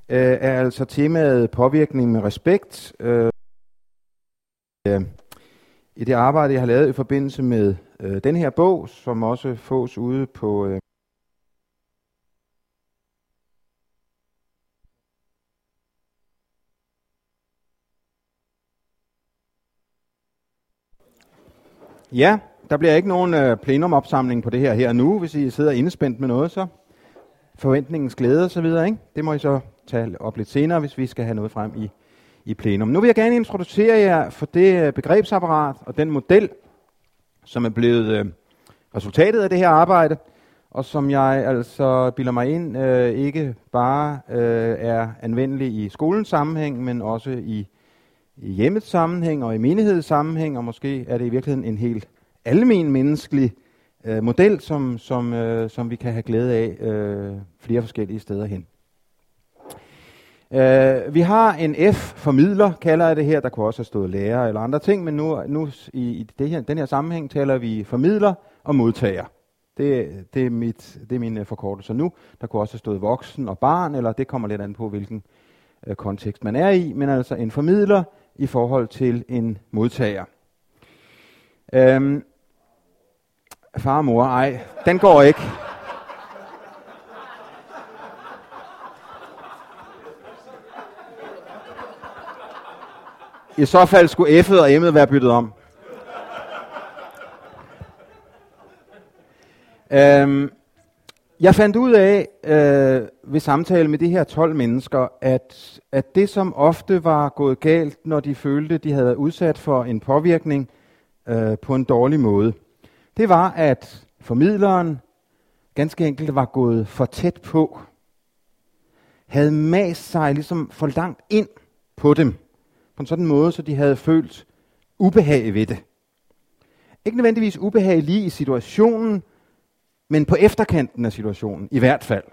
er altså temaet påvirkning med respekt. I det arbejde, jeg har lavet i forbindelse med den her bog, som også fås ude på Ja, der bliver ikke nogen plenumopsamling på det her nu, hvis I sidder indespændt med noget, så forventningens glæde og så videre, ikke? Det må I så tage op lidt senere, hvis vi skal have noget frem i plenum. Nu vil jeg gerne introducere jer for det begrebsapparat og den model, som er blevet resultatet af det her arbejde, og som jeg altså bilder mig ind ikke bare er anvendelig i skolens sammenhæng, men også i hjemmets sammenhæng og i menighedens sammenhæng, og måske er det i virkeligheden en helt almen menneskelig model, som vi kan have glæde af flere forskellige steder hen. Vi har en F-formidler, kalder jeg det her. Der kunne også have stået lærer eller andre ting, men nu i den her sammenhæng taler vi formidler og modtager. Det er min forkortelse nu. Der kunne også have stået voksen og barn, eller det kommer lidt an på, hvilken kontekst man er i, men altså en formidler i forhold til en modtager. Far og mor, ej, den går ikke. I så fald skulle F'et og M'et være byttet om. Jeg fandt ud af ved samtale med de her 12 mennesker, at det som ofte var gået galt, når de følte, de havde været udsat for en påvirkning på en dårlig måde, det var, at formidleren ganske enkelt var gået for tæt på, havde mast sig ligesom for langt ind på dem, på en sådan måde, så de havde følt ubehag ved det. Ikke nødvendigvis ubehag lige i situationen, men på efterkanten af situationen, i hvert fald.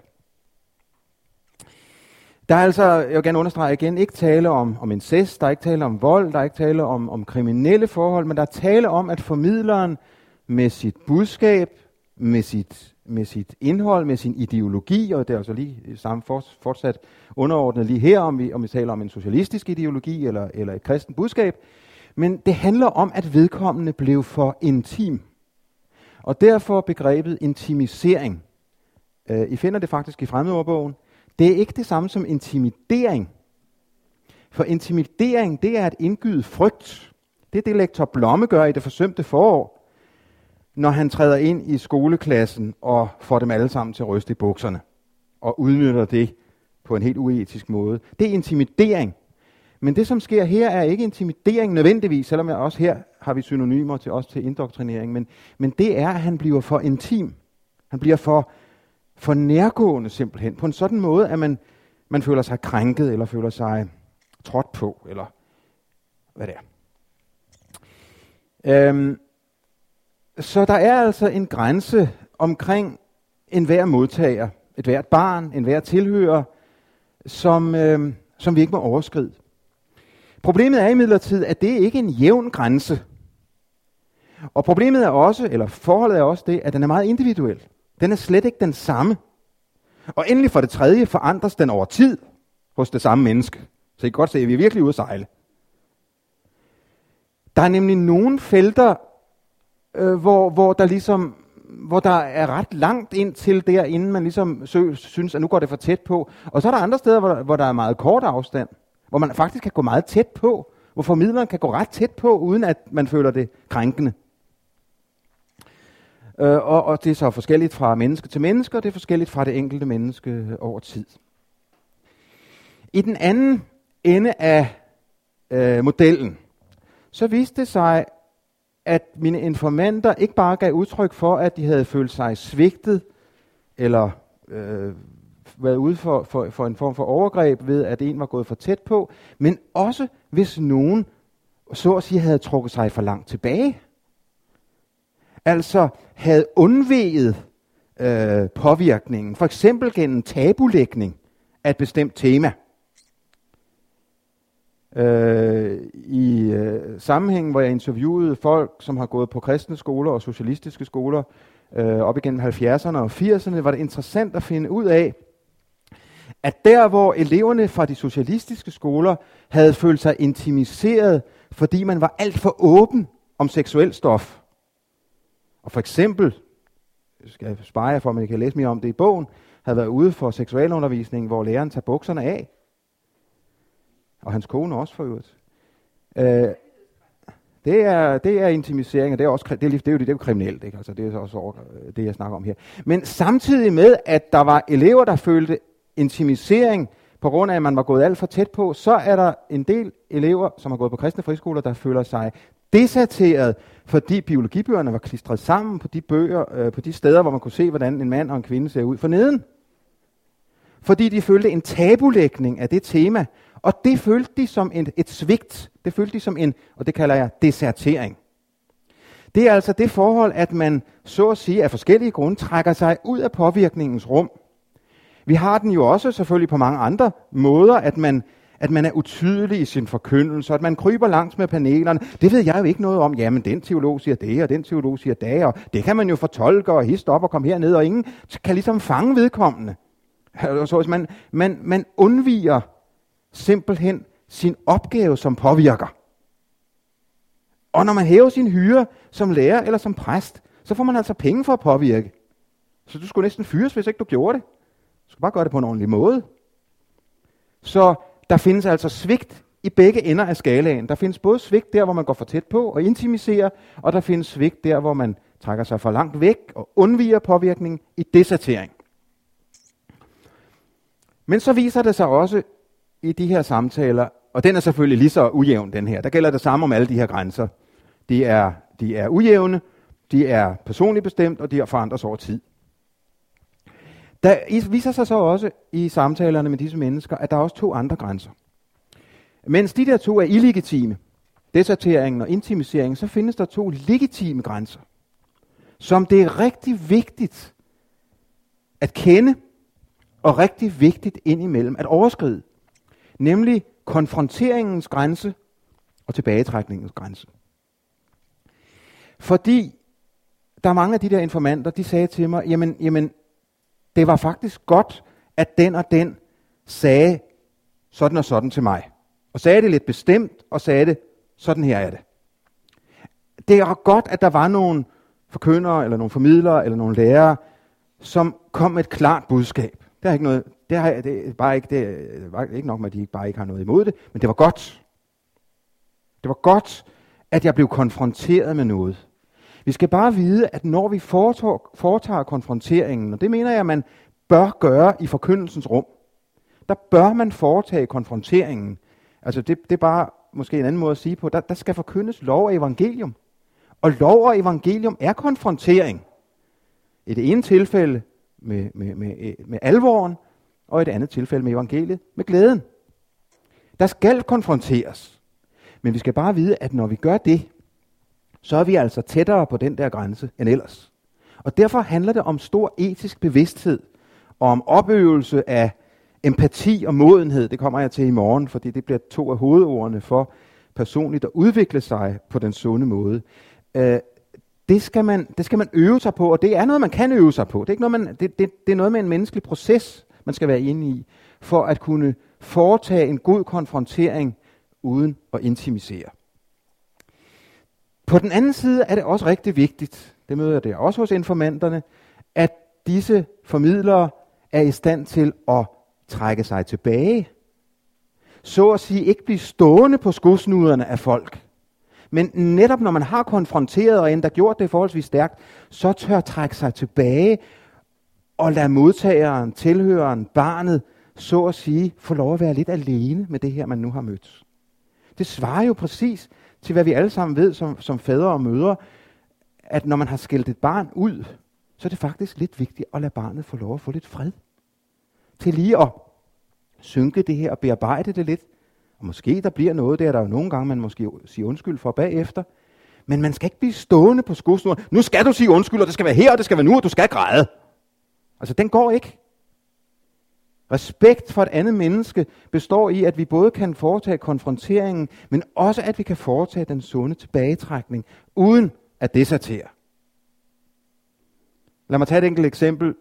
Der er altså, jeg vil gerne understrege igen, ikke tale om incest, der er ikke tale om vold, der er ikke tale om kriminelle forhold, men der er tale om, at formidleren med sit budskab, med sit indhold, med sin ideologi, og det er altså lige samme fortsat underordnet lige her, om vi taler om en socialistisk ideologi eller et kristen budskab, men det handler om, at vedkommende blev for intim. Og derfor begrebet intimisering. I finder det faktisk i Fremmedordbogen. Det er ikke det samme som intimidering. For intimidering, det er at indgyde frygt. Det er det, lektor Blomme gør i Det forsømte forår, når han træder ind i skoleklassen og får dem alle sammen til at ryste i bukserne. Og udnytter det på en helt uetisk måde. Det er intimidering. Men det, som sker her, er ikke intimidering nødvendigvis, selvom jeg også her har vi synonymer til indoktrinering, men det er, at han bliver for intim. Han bliver for nærgående simpelthen, på en sådan måde, at man føler sig krænket, eller føler sig trådt på, eller hvad det er. Så der er altså en grænse omkring enhver modtager, et hvert barn, enhver tilhører, som vi ikke må overskride. Problemet er imidlertid, at det ikke er en jævn grænse. Og problemet er også, eller forholdet er også det, at den er meget individuel. Den er slet ikke den samme. Og endelig for det tredje forandres den over tid hos det samme menneske. Så I kan godt se, at vi er virkelig ude at sejle. Der er nemlig nogle felter, hvor der er ret langt ind til der, inden man ligesom synes, at nu går det for tæt på. Og så er der andre steder, hvor der er meget kort afstand, hvor man faktisk kan gå meget tæt på, hvor formidleren kan gå ret tæt på, uden at man føler det krænkende. Og det er så forskelligt fra menneske til menneske, og det er forskelligt fra det enkelte menneske over tid. I den anden ende af modellen, så viste det sig, at mine informanter ikke bare gav udtryk for, at de havde følt sig svigtet, eller været ude for en form for overgreb ved, at en var gået for tæt på, men også hvis nogen, så at sige, havde trukket sig for langt tilbage. Altså havde undveget påvirkningen, for eksempel gennem tabulægning af et bestemt tema. I sammenhængen, hvor jeg interviewede folk, som har gået på kristne skoler og socialistiske skoler op igennem 70'erne og 80'erne, var det interessant at finde ud af, at der hvor eleverne fra de socialistiske skoler havde følt sig intimiseret, fordi man var alt for åben om seksuel stof. Og for eksempel, skal jeg spare jer for, at man kan læse mere om det i bogen, havde været ude for seksualundervisning, hvor læreren tager bukserne af. Og hans kone også for øvrigt. Det er intimisering, og det er jo kriminelt, ikke? Altså, det er også over det, jeg snakker om her. Men samtidig med, at der var elever, der følte intimisering, på grund af, at man var gået alt for tæt på, så er der en del elever, som har gået på kristne friskoler, der føler sig deserteret, fordi biologibøgerne var klistret sammen på de bøger, på de steder, hvor man kunne se, hvordan en mand og en kvinde ser ud forneden. Fordi de følte en tabulægning af det tema, og det følte de som et svigt. Det følte de som og det kalder jeg desertering. Det er altså det forhold, at man så at sige af forskellige grunde trækker sig ud af påvirkningens rum. Vi har den jo også selvfølgelig på mange andre måder, at man er utydelig i sin forkyndelse, at man kryber langs med panelerne. Det ved jeg jo ikke noget om. Jamen, den teolog siger det, og den teolog siger det, og det kan man jo fortolke og histe op og komme herned, og ingen kan ligesom fange vedkommende. Så man undviger simpelthen sin opgave som påvirker. Og når man hæver sin hyre som lærer eller som præst, så får man altså penge for at påvirke. Så du skulle næsten fyres, hvis ikke du gjorde det. Du skal bare gøre det på en ordentlig måde. Så der findes altså svigt i begge ender af skalaen. Der findes både svigt der, hvor man går for tæt på og intimiserer, og der findes svigt der, hvor man trækker sig for langt væk og undviger påvirkning i desertering. Men så viser det sig også i de her samtaler, og den er selvfølgelig lige så ujævn, den her. Der gælder det samme om alle de her grænser. De er ujævne, de er personligt bestemt, og de forandres over tid. Der viser sig så også i samtalerne med disse mennesker, at der er også to andre grænser. Mens de der to er illegitime, deserteringen og intimiseringen, så findes der to legitime grænser, som det er rigtig vigtigt at kende, og rigtig vigtigt indimellem at overskride. Nemlig konfronteringens grænse og tilbagetrækningens grænse. Fordi der er mange af de der informanter, de sagde til mig, jamen det var faktisk godt, at den og den sagde sådan og sådan til mig. Og sagde det lidt bestemt, og sagde det, sådan her er det. Det er godt, at der var nogle forkyndere, eller nogle formidlere, eller nogle lærere, som kom med et klart budskab. Det er ikke noget, det var ikke nok med, at de bare ikke har noget imod det, men det var godt. Det var godt, at jeg blev konfronteret med noget. Vi skal bare vide, at når vi foretager konfronteringen, og det mener jeg, at man bør gøre i forkyndelsens rum, der bør man foretage konfronteringen. Altså det er bare måske en anden måde at sige på, der skal forkyndes lov og evangelium. Og lov og evangelium er konfrontering. I det ene tilfælde med alvoren, og i det andet tilfælde med evangeliet med glæden. Der skal konfronteres. Men vi skal bare vide, at når vi gør det, så er vi altså tættere på den der grænse end ellers. Og derfor handler det om stor etisk bevidsthed, og om opøvelse af empati og modenhed. Det kommer jeg til i morgen, fordi det bliver to af hovedordene for personligt at udvikle sig på den sunde måde. Det skal man øve sig på, og det er noget, man kan øve sig på. Det er, ikke det er noget med en menneskelig proces, man skal være inde i, for at kunne foretage en god konfrontering uden at intimisere. På den anden side er det også rigtig vigtigt, det møder jeg også hos informanterne, at disse formidlere er i stand til at trække sig tilbage. Så at sige ikke blive stående på skosnuderne af folk. Men netop når man har konfronteret og endda gjort det forholdsvis stærkt, så tør trække sig tilbage og lade modtageren, tilhøreren, barnet, så at sige, få lov at være lidt alene med det her, man nu har mødt. Det svarer jo præcis til, hvad vi alle sammen ved som fædre og mødre, at når man har skældt et barn ud, så er det faktisk lidt vigtigt at lade barnet få lov at få lidt fred. Til lige at synke det her og bearbejde det lidt. Og måske der bliver noget, der er jo nogle gange, man måske siger undskyld for bagefter. Men man skal ikke blive stående på skosnuden. Nu skal du sige undskyld, og det skal være her, og det skal være nu, og du skal græde. Altså, den går ikke. Respekt for et andet menneske består i, at vi både kan foretage konfronteringen, men også at vi kan foretage den sunde tilbagetrækning, uden at desertere. Lad mig tage et enkelt eksempel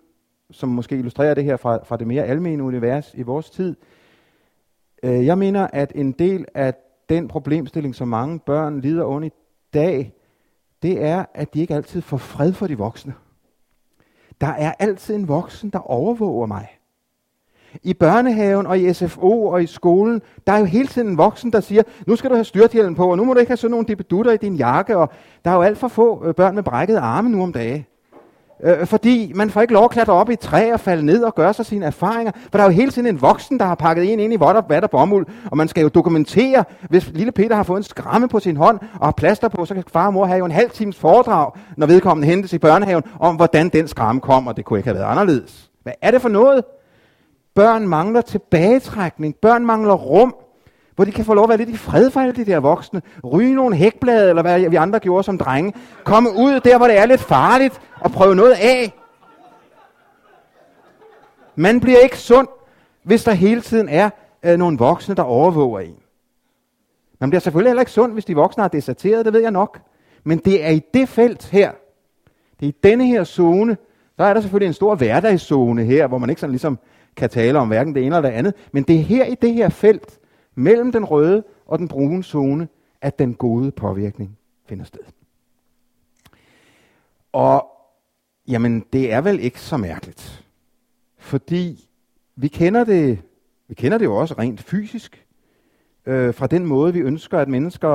som måske illustrerer det her fra det mere almene univers i vores tid. Jeg mener, at en del af den problemstilling, som mange børn lider under i dag, det er, at de ikke altid får fred for de voksne. Der er altid en voksen, der overvåger mig. I børnehaven og i SFO og i skolen, der er jo hele tiden en voksen, der siger, nu skal du have styrthjelm på, og nu må du ikke have sådan nogle dippedutter i din jakke, og der er jo alt for få børn med brækkede arme nu om dagen. Fordi man får ikke lov at klatre op i et træ og falde ned og gøre sig sine erfaringer, for der er jo hele tiden en voksen, der har pakket en ind i vat og bomuld, og man skal jo dokumentere, hvis lille Peter har fået en skramme på sin hånd og har plaster på, så kan far og mor have jo en halv times foredrag, når vedkommende hentes i børnehaven, om hvordan den skramme kom, og det kunne ikke have været anderledes. Hvad er det for noget? Børn mangler tilbagetrækning, børn mangler rum, hvor de kan få lov at være lidt i fred for alle de der voksne, ryge nogle hækblade, eller hvad vi andre gjorde som drenge, komme ud der, hvor det er lidt farligt, og prøve noget af. Man bliver ikke sund, hvis der hele tiden er nogle voksne, der overvåger en. Man bliver selvfølgelig heller ikke sund, hvis de voksne er deserteret, det ved jeg nok. Men det er i det felt her, det er i denne her zone, der er der selvfølgelig en stor hverdagszone her, hvor man ikke sådan ligesom kan tale om hverken det ene eller det andet, men det er her i det her felt, mellem den røde og den brune zone, at den gode påvirkning finder sted. Og jamen, det er vel ikke så mærkeligt. Fordi vi kender det jo også rent fysisk, fra den måde, vi ønsker, at mennesker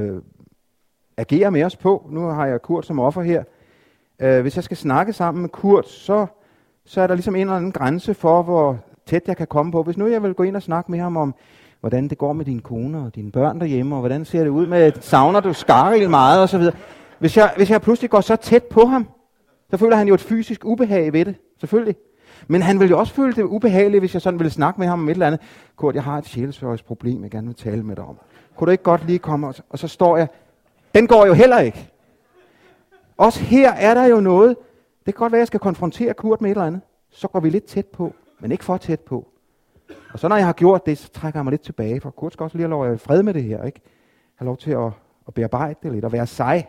agerer med os på. Nu har jeg Kurt som offer her. Hvis jeg skal snakke sammen med Kurt, så er der ligesom en eller anden grænse for, hvor tæt jeg kan komme på. Hvis nu jeg vil gå ind og snakke med ham om, hvordan det går med dine koner og dine børn derhjemme, og hvordan ser det ud med, savner du Skaril meget, og så videre. Hvis jeg pludselig går så tæt på ham, så føler han jo et fysisk ubehag ved det, selvfølgelig. Men han vil jo også føle det ubehageligt, hvis jeg sådan ville snakke med ham om et eller andet. Kurt, jeg har et sjælesørgsproblem, jeg gerne vil tale med dig om. Kunne du ikke godt lige komme, og så står jeg. Den går jo heller ikke. Også her er der jo noget. Det kan godt være, at jeg skal konfrontere Kurt med et eller andet. Så går vi lidt tæt på, men ikke for tæt på. Og så når jeg har gjort det, så trækker jeg mig lidt tilbage, for Kurt skal også lige have lov at være fred med det her, ikke? Have lov til at bearbejde det lidt, og være sej.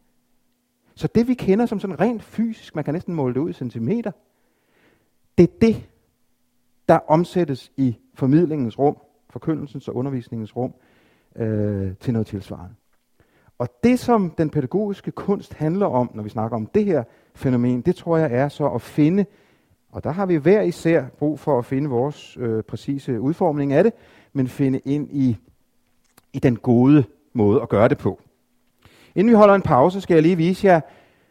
Så det vi kender som sådan rent fysisk, man kan næsten måle det ud i centimeter, det er det, der omsættes i formidlingens rum, forkyndelsens og undervisningens rum, til noget tilsvarende. Og det, som den pædagogiske kunst handler om, når vi snakker om det her fænomen, det tror jeg er så at finde, og der har vi hver især brug for at finde vores præcise udformning af det, men finde ind i den gode måde at gøre det på. Inden vi holder en pause, skal jeg lige vise jer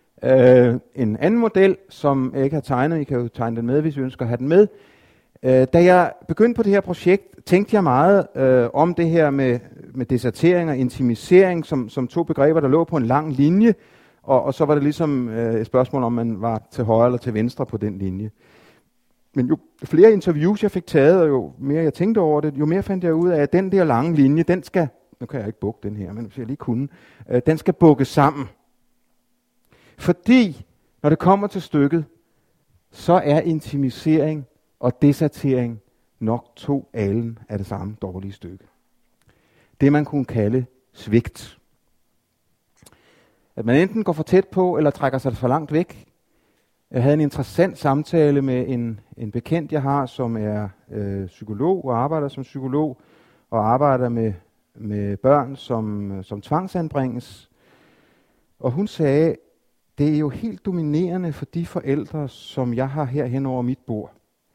en anden model, som jeg ikke har tegnet. I kan jo tegne den med, hvis I ønsker at have den med. Da jeg begyndte på det her projekt, tænkte jeg meget om det her med desertering og intimisering, som to begreber, der lå på en lang linje, og så var det ligesom et spørgsmål, om man var til højre eller til venstre på den linje. Men jo flere interviews jeg fik taget, og jo mere jeg tænkte over det, jo mere fandt jeg ud af, at den der lange linje, den skal, nu kan jeg ikke bukke den her, men hvis jeg lige kunne, den skal bukkes sammen. Fordi, når det kommer til stykket, så er intimisering og desertering nok to alen af det samme dårlige stykke. Det man kunne kalde svigt. At man enten går for tæt på, eller trækker sig for langt væk. Jeg havde en interessant samtale med en bekendt, jeg har, som er psykolog og arbejder som psykolog, og arbejder med børn, som tvangsanbringes. Og hun sagde, det er jo helt dominerende for de forældre, som jeg har her hen over mit bord,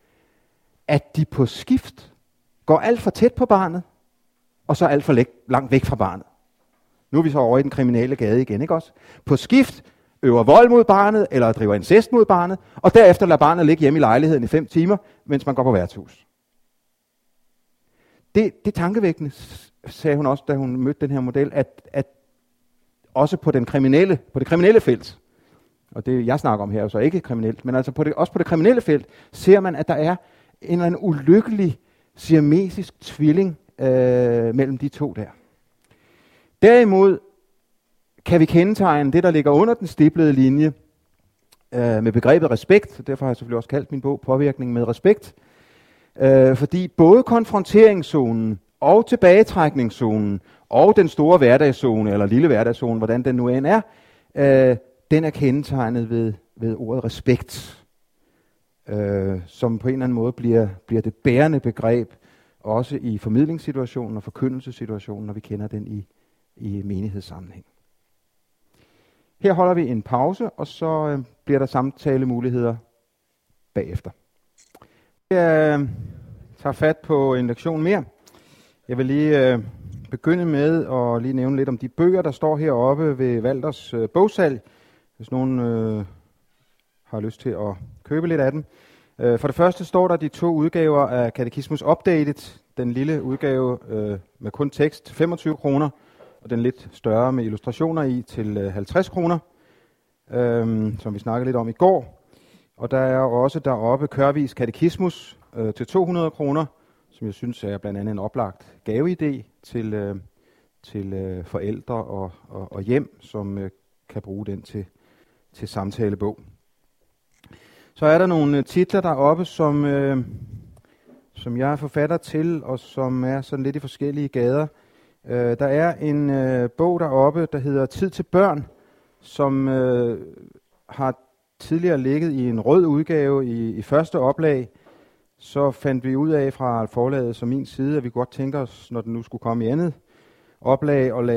at de på skift går alt for tæt på barnet, og så alt for langt væk fra barnet. Nu er vi så over i den kriminelle gade igen, ikke også? På skift øver vold mod barnet, eller driver incest mod barnet, og derefter lader barnet ligge hjemme i lejligheden i 5 timer, mens man går på værtshus. Det er tankevækkende, sagde hun også, da hun mødte den her model, at også på det kriminelle felt, og det jeg snakker om her er så ikke kriminelt, men altså også på det kriminelle felt, ser man, at der er en eller anden ulykkelig siamesisk tvilling mellem de to der. Derimod kan vi kendetegne det, der ligger under den stiplede linje, med begrebet respekt. Derfor har jeg selvfølgelig også kaldt min bog Påvirkning med respekt. Fordi både konfronteringszonen og tilbagetrækningszonen og den store hverdagszone, eller lille hverdagszone, hvordan den nu end er, den er kendetegnet ved ordet respekt. som på en eller anden måde bliver det bærende begreb, også i formidlingssituationen og forkyndelsessituationen, når vi kender den i menighedssammenhæng. Her holder vi en pause, og så bliver der samtalemuligheder bagefter. Jeg tager fat på en lektion mere. Jeg vil lige begynde med at lige nævne lidt om de bøger, der står heroppe ved Valders bogsalg, hvis nogen har lyst til at købe lidt af dem. For det første står der de 2 udgaver af Katekismus Updated, den lille udgave med kun tekst, 25 kroner, og den lidt større med illustrationer i til 50 kroner, som vi snakkede lidt om i går. Og der er også deroppe Kørvis Katekismus til 200 kroner, som jeg synes er blandt andet en oplagt gaveidé til forældre og hjem, som kan bruge den til samtalebog. Så er der nogle titler deroppe, som jeg er forfatter til, og som er sådan lidt i forskellige gader. Der er en bog deroppe, der hedder Tid til børn, som har tidligere ligget i en rød udgave i første oplag. Så fandt vi ud af fra forlaget som min side, at vi godt tænker os, når den nu skulle komme i andet oplag, og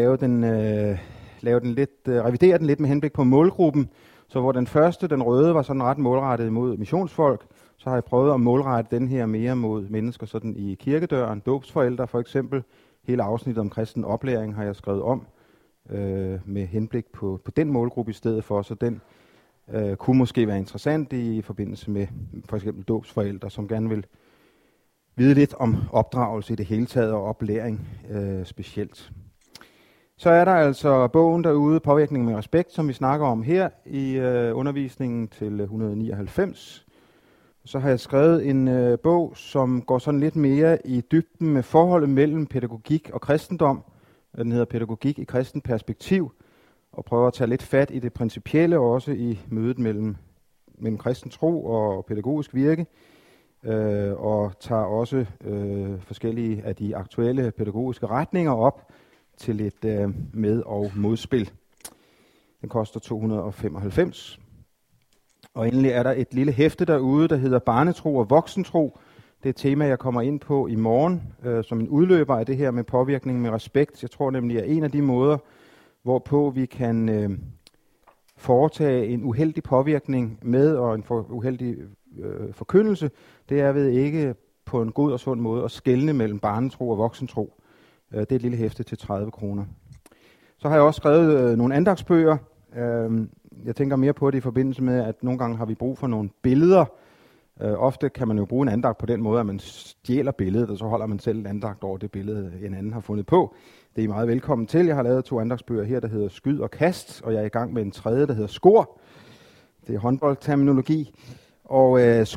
revidere den lidt med henblik på målgruppen. Så hvor den første, den røde, var sådan ret målrettet mod missionsfolk, så har jeg prøvet at målrette den her mere mod mennesker sådan i kirkedøren, dåbsforældre for eksempel. Hele afsnittet om kristen oplæring har jeg skrevet om med henblik på den målgruppe i stedet for, så den kunne måske være interessant i forbindelse med for eksempel dåbsforældre, som gerne vil vide lidt om opdragelse i det hele taget og oplæring specielt. Så er der altså bogen derude, Påvirkning med respekt, som vi snakker om her i undervisningen til 199. Så har jeg skrevet en bog, som går sådan lidt mere i dybden med forholdet mellem pædagogik og kristendom. Den hedder Pædagogik i kristen perspektiv, og prøver at tage lidt fat i det principielle, også i mødet mellem kristen tro og pædagogisk virke, og tager også forskellige af de aktuelle pædagogiske retninger op til lidt med- og modspil. Den koster 295. Og endelig er der et lille hæfte derude, der hedder Barnetro og voksentro. Det er et tema, jeg kommer ind på i morgen, som en udløber af det her med påvirkning med respekt. Jeg tror nemlig, at en af de måder, hvorpå vi kan foretage en uheldig påvirkning med og en uheldig forkyndelse, det er ved ikke på en god og sund måde at skelne mellem barnetro og voksentro. Det er et lille hæfte til 30 kroner. Så har jeg også skrevet nogle andagsbøger. Jeg tænker mere på det i forbindelse med, at nogle gange har vi brug for nogle billeder. Ofte kan man jo bruge en andagt på den måde, at man stjæler billedet, og så holder man selv en andagt over det billede, en anden har fundet på. Det er I meget velkommen til. Jeg har lavet 2 andagsbøger her, der hedder Skyd og Kast, og jeg er i gang med en tredje, der hedder Skor. Det er håndboldterminologi. Og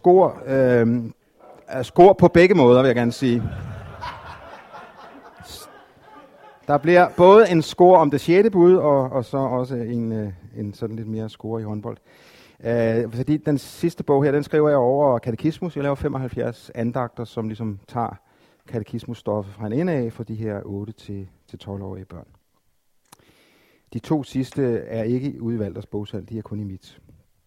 skor på begge måder, vil jeg gerne sige. Der bliver både en score om det 6. bud, og så også en sådan lidt mere score i håndbold. Fordi den sidste bog her, den skriver jeg over katekismus. Jeg laver 75 andagter, som ligesom tager katekismusstoffet fra en ende af for de her 8-12-årige børn. De 2 sidste er ikke ude i Valders bogsalg, de er kun i mit.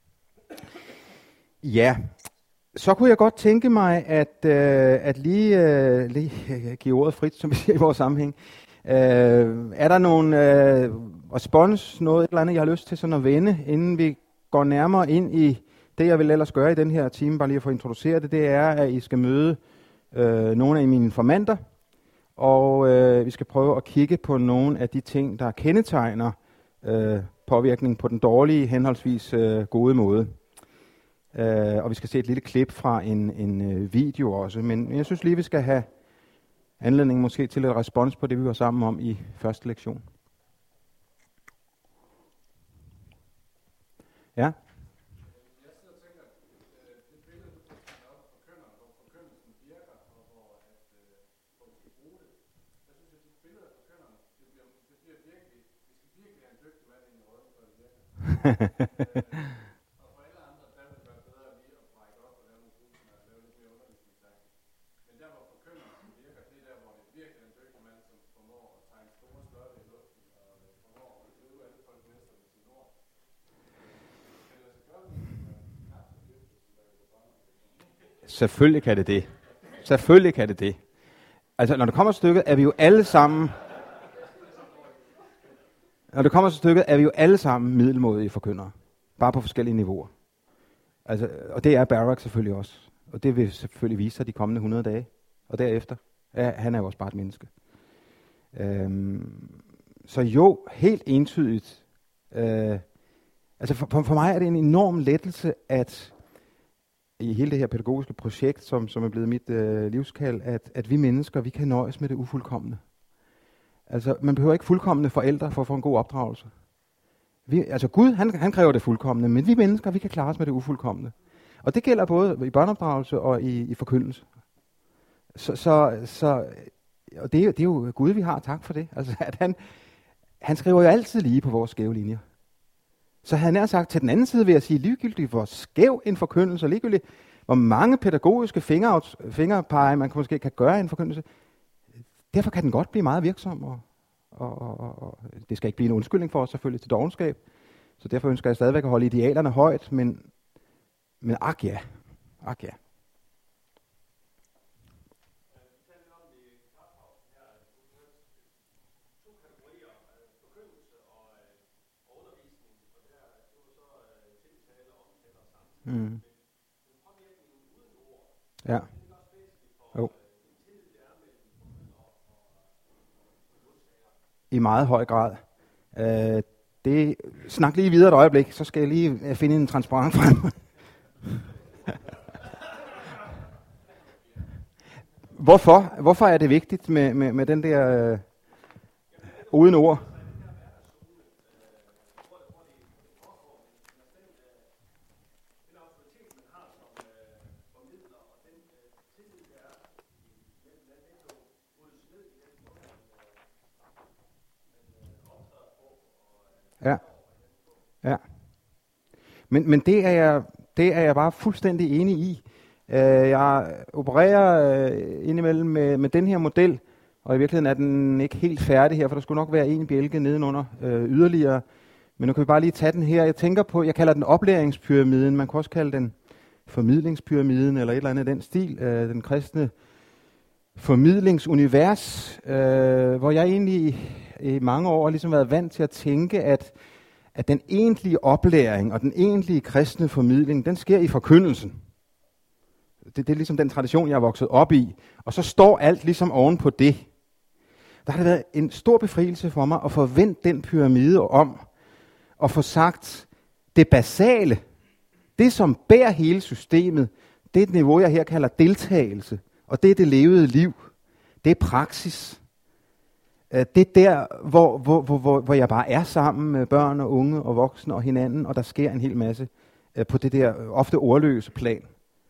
Ja, så kunne jeg godt tænke mig at lige give ordet frit, som vi siger i vores sammenhæng. Er der nogen respons, noget et eller andet, jeg har lyst til sådan at vende, inden vi går nærmere ind i det, jeg vil ellers gøre i den her time, bare lige for at introducere det, det er, at I skal møde nogle af mine informanter, og vi skal prøve at kigge på nogle af de ting, der kendetegner påvirkning på den dårlige, henholdsvis gode måde. Og vi skal se et lille klip fra en video også, men jeg synes lige, vi skal have anledning måske til et respons på det, vi var sammen om i første lektion. Ja? Jeg sidder og tænker, det billede, du tegner op for kønnerne, hvor forkyndelsen virker, og hvor vi skal bruge det. Jeg synes, at de billeder for kønnerne, det bliver virkelig, vi skal virkelig have en dygtig mand ind i røven, for det virker. Og for alle andre, der vil det være bedre lige at brække op og lave nogle grupper, og lave lidt mere undervisningsagtigt. Men der, hvor forkyndelsen virker, det er der, hvor det virkelig er en dygtig mand, som formår at tegne store større i luften, og formår at løbe alle folk næster med sin ord. Selvfølgelig kan det det. Selvfølgelig kan det det. Altså, når det kommer til stykket, er vi jo alle sammen... Når det kommer til stykket, er vi jo alle sammen middelmådige forkyndere. Bare på forskellige niveauer. Altså, og det er Barak selvfølgelig også. Og det vil selvfølgelig vise sig de kommende 100 dage. Og derefter. Ja, han er jo også bare et menneske. Så jo, helt entydigt. Altså for mig er det en enorm lettelse, at i hele det her pædagogiske projekt, som er blevet mit livskald, at vi mennesker, vi kan nøjes med det ufuldkomne. Altså, man behøver ikke fuldkomne forældre for at få en god opdragelse. Altså Gud, han kræver det fuldkomne, men vi mennesker, vi kan klare os med det ufuldkomne. Og det gælder både i børneopdragelse og i forkyndelse. Og det er jo Gud, vi har, tak for det. Altså, at han skriver jo altid lige på vores skæve linjer. Så han er sagt til den anden side, vil jeg sige, ligegyldigt hvor skæv en forkyndelse, og ligegyldigt hvor mange pædagogiske fingerpege, man måske kan gøre i en forkyndelse, derfor kan den godt blive meget virksom, og det skal ikke blive en undskyldning for os selvfølgelig til dovenskab. Så derfor ønsker jeg stadigvæk at holde idealerne højt, men ak ja. Mm. Ja. Jo. I meget høj grad. Snak lige videre et øjeblik, så skal jeg lige finde en transparent frem. Hvorfor er det vigtigt med den der uden ord? Ja. Men det er jeg bare fuldstændig enig i. Jeg opererer indimellem med den her model, og i virkeligheden er den ikke helt færdig her, for der skulle nok være en bjælke nedenunder yderligere. Men nu kan vi bare lige tage den her. Jeg kalder den oplæringspyramiden. Man kan også kalde den formidlingspyramiden, eller et eller andet i den stil. Den kristne formidlingsunivers, hvor jeg egentlig i mange år har ligesom været vant til at tænke, at den egentlige oplæring og den egentlige kristne formidling, den sker i forkyndelsen. Det er ligesom den tradition, jeg er vokset op i. Og så står alt ligesom oven på det. Der har det været en stor befrielse for mig at få vendt den pyramide om, og få sagt, det basale, det som bærer hele systemet, det er et niveau, jeg her kalder deltagelse. Og det er det levede liv. Det er praksis. Det er der, hvor jeg bare er sammen med børn og unge og voksne og hinanden, og der sker en hel masse på det der ofte ordløse plan.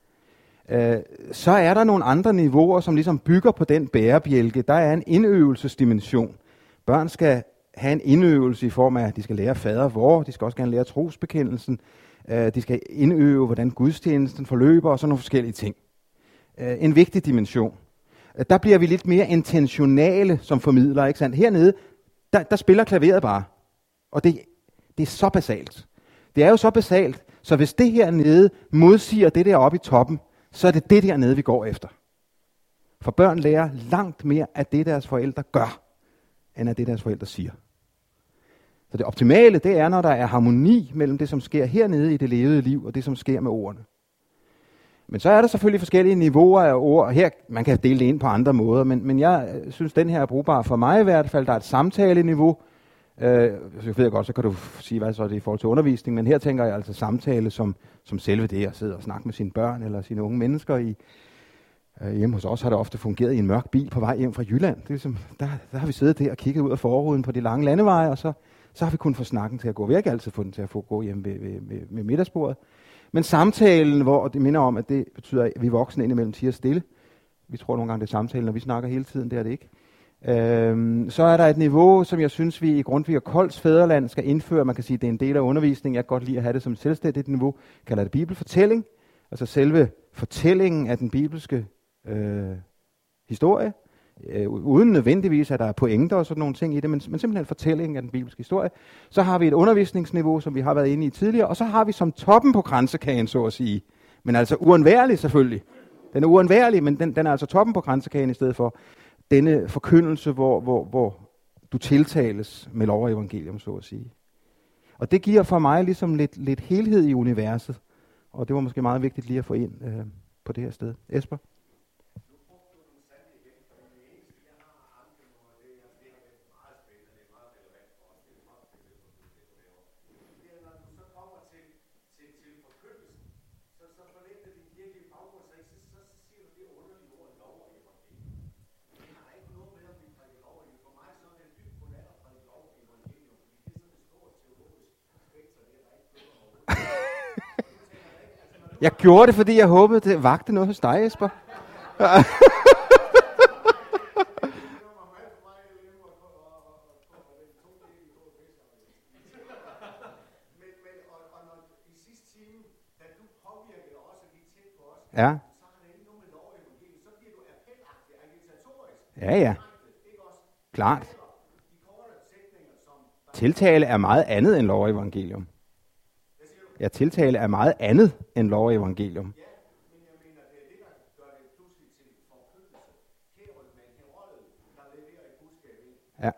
Så er der nogle andre niveauer, som ligesom bygger på den bærebjælke. Der er en indøvelsesdimension. Børn skal have en indøvelse i form af, at de skal lære fader vor, de skal også gerne lære trosbekendelsen, de skal indøve, hvordan gudstjenesten forløber og sådan nogle forskellige ting. En vigtig dimension. Der bliver vi lidt mere intentionale som formidlere, ikke sandt? Hernede, der spiller klaveret bare. Og det er så basalt. Det er jo så basalt, så hvis det hernede modsiger det der oppe i toppen, så er det det dernede, vi går efter. For børn lærer langt mere af det, deres forældre gør, end af det, deres forældre siger. Så det optimale, det er, når der er harmoni mellem det, som sker hernede i det levede liv, og det, som sker med ordene. Men så er der selvfølgelig forskellige niveauer af ord. Her, man kan dele det ind på andre måder, men jeg synes, den her er brugbar for mig i hvert fald. Der er et samtaleniveau. Så ved jeg godt, så kan du sige, hvad så er det i forhold til undervisning, men her tænker jeg altså samtale som selve det, at sidde og snakke med sine børn eller sine unge mennesker. Hjemme hos os har det ofte fungeret i en mørk bil på vej hjem fra Jylland. Det er ligesom, der har vi siddet der og kigget ud af forruden på de lange landeveje, og så har vi kun fået snakken til at gå. Vi har ikke altid fået den til at få gå hjem ved middagsbordet. Men samtalen, hvor det minder om, at det betyder, at vi voksne indimellem tiger stille. Vi tror nogle gange, det er samtalen, når vi snakker hele tiden, det er det ikke. Så er der et niveau, som jeg synes, vi i Grundtvig og Kolds fædreland skal indføre. Man kan sige, at det er en del af undervisningen. Jeg kan godt lide at have det som et selvstændigt niveau. Jeg kalder det bibelfortælling. Altså selve fortællingen af den bibelske historie. Uden nødvendigvis, at der er pointer og sådan nogle ting i det, men simpelthen fortællingen af den bibelske historie. Så har vi et undervisningsniveau, som vi har været inde i tidligere, og så har vi som toppen på kransekagen, så at sige, men altså uundværligt selvfølgelig, Den er uundværlig, men den er altså toppen på kransekagen i stedet for denne forkyndelse, hvor du tiltales med lov og evangelium, så at sige. Og det giver for mig ligesom lidt helhed i universet, og det var måske meget vigtigt lige at få ind på det her sted. Esper? Jeg gjorde det, fordi jeg håbede, det vagte noget hos dig, Esper. Ja. Ja. Klart. Tiltale er meget andet end lov og evangelium. Ja, tiltale er meget andet end lov og evangelium. Ja.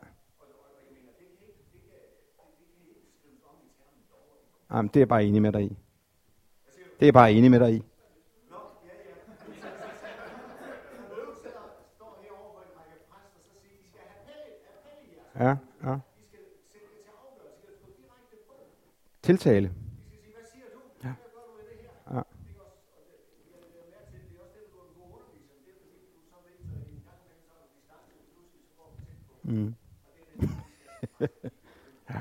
Jamen, det er jeg bare enig med dig i. Det er jeg bare enig med dig i. Ja, ja. Tiltale. Ja. Ja. Mm. Ja.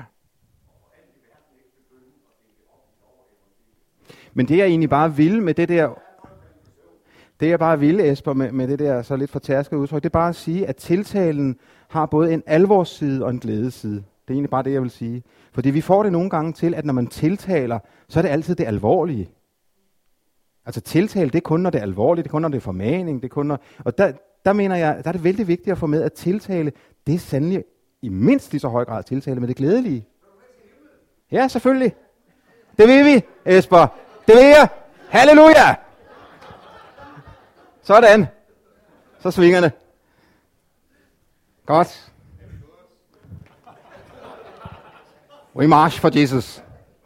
Men det jeg egentlig bare vil med det der, det jeg bare ville, Esper, med det der så lidt fortærsket udtryk, det er bare at sige, at tiltalen har både en alvorsside og en glædesside. Det er egentlig bare det, jeg vil sige. Fordi vi får det nogle gange til, at når man tiltaler, så er det altid det alvorlige. Altså tiltale, det er kun, når det er alvorligt, det er kun, når det er formaning, det er kun, når... Og der mener jeg, der er det vældig vigtigt at få med, at tiltale, det er sandelig i mindst lige så høj grad tiltale med det glædelige. Ja, selvfølgelig. Det vil vi, Esper. Det vil jeg. Halleluja! Sådan. Så svinger det. Godt. We march for Jesus.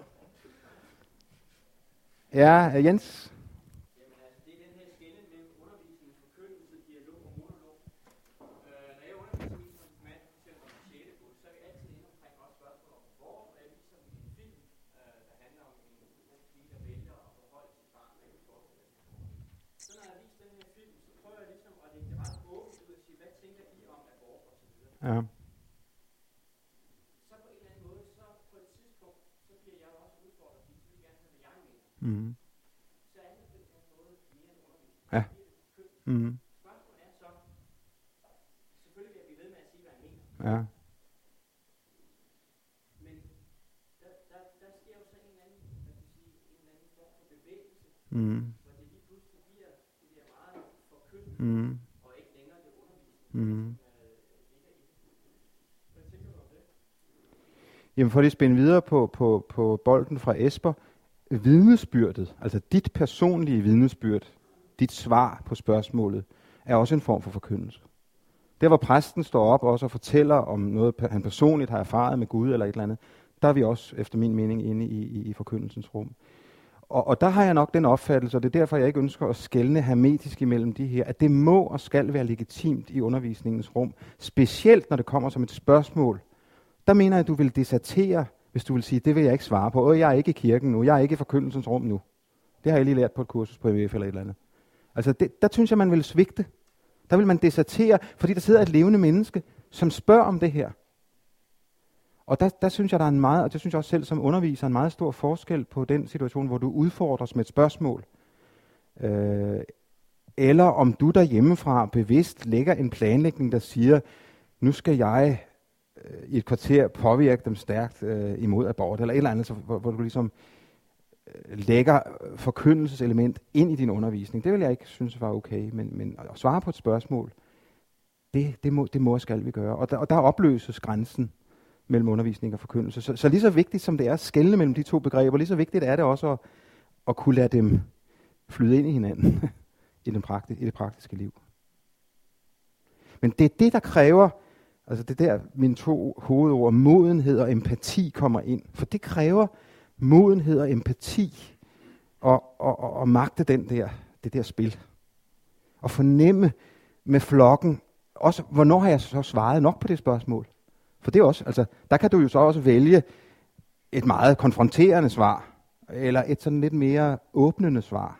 Ja, Jens? Jamen altså, det er den her skelne mellem undervisning, forkyndelse, dialog og monolog. Når jeg underviser min konfirmand, for eksempel om 6. kurs, så er vi altid inde omkring også spørgsmål om, hvor er ligesom en film, der handler om en ung pige, der vælger at forholde sit barn med et forhold. Så når jeg viser den her film, så prøver jeg ligesom at lægge det ret åbent ud og sige, hvad tænker I om abort og så videre. Ja. Så på en eller anden måde, så på et tidspunkt, så bliver jeg også udfordret, fordi de vil gerne have, hvad jeg mener. Mm. Så er det på den her måde mere en undervisning. Ja. Mm. Spørgsmålet er så, selvfølgelig vil jeg blive ved med at sige, hvad jeg mener. Ja. Men der sker jo så en eller anden, hvad kan sige, en eller anden form for bevægelse, Mm. hvor det lige pludselig bliver det der meget forkyndende, Mm. og ikke længere det undervisning. Mm. Ligger i det. Hvad tænker du om det? Jamen for at spænde videre på bolden fra Esper, vidnesbyrdet, altså dit personlige vidnesbyrd, dit svar på spørgsmålet, er også en form for forkyndelse. Der hvor præsten står op også og fortæller om noget, han personligt har erfaret med Gud eller et eller andet, der er vi også efter min mening inde i forkyndelsens rum. Og der har jeg nok den opfattelse, og det er derfor, jeg ikke ønsker at skelne hermetisk imellem de her, at det må og skal være legitimt i undervisningens rum, specielt når det kommer som et spørgsmål. Der mener jeg, at du vil desertere, hvis du vil sige, det vil jeg ikke svare på. Jeg er ikke i kirken nu, jeg er ikke i forkyndelsens rum nu. Det har jeg lige lært på et kursus på MF eller et eller andet. Altså, der synes jeg, man vil svigte. Der vil man desertere, fordi der sidder et levende menneske, som spørger om det her. Og der synes jeg, der er en meget, og det synes jeg også selv som underviser, en meget stor forskel på den situation, hvor du udfordres med et spørgsmål. Eller om du derhjemmefra bevidst lægger en planlægning, der siger, nu skal jeg i et kvarter påvirke dem stærkt imod abort, eller et eller andet, hvor du ligesom lægger forkyndelseselement ind i din undervisning. Det vil jeg ikke synes var okay, men at svare på et spørgsmål, det må og skal vi gøre. Og der opløses grænsen mellem undervisning og forkyndelse. Så lige så vigtigt som det er at skelne mellem de to begreber, lige så vigtigt er det også at kunne lade dem flyde ind i hinanden i det praktiske liv. Men det er det, der kræver, altså det der mine 2 hovedord, modenhed og empati kommer ind. For det kræver modenhed og empati og magte det der spil. Og fornemme med flokken, også hvornår har jeg så svaret nok på det spørgsmål? For det er også, altså der kan du jo så også vælge et meget konfronterende svar, eller et sådan lidt mere åbnende svar.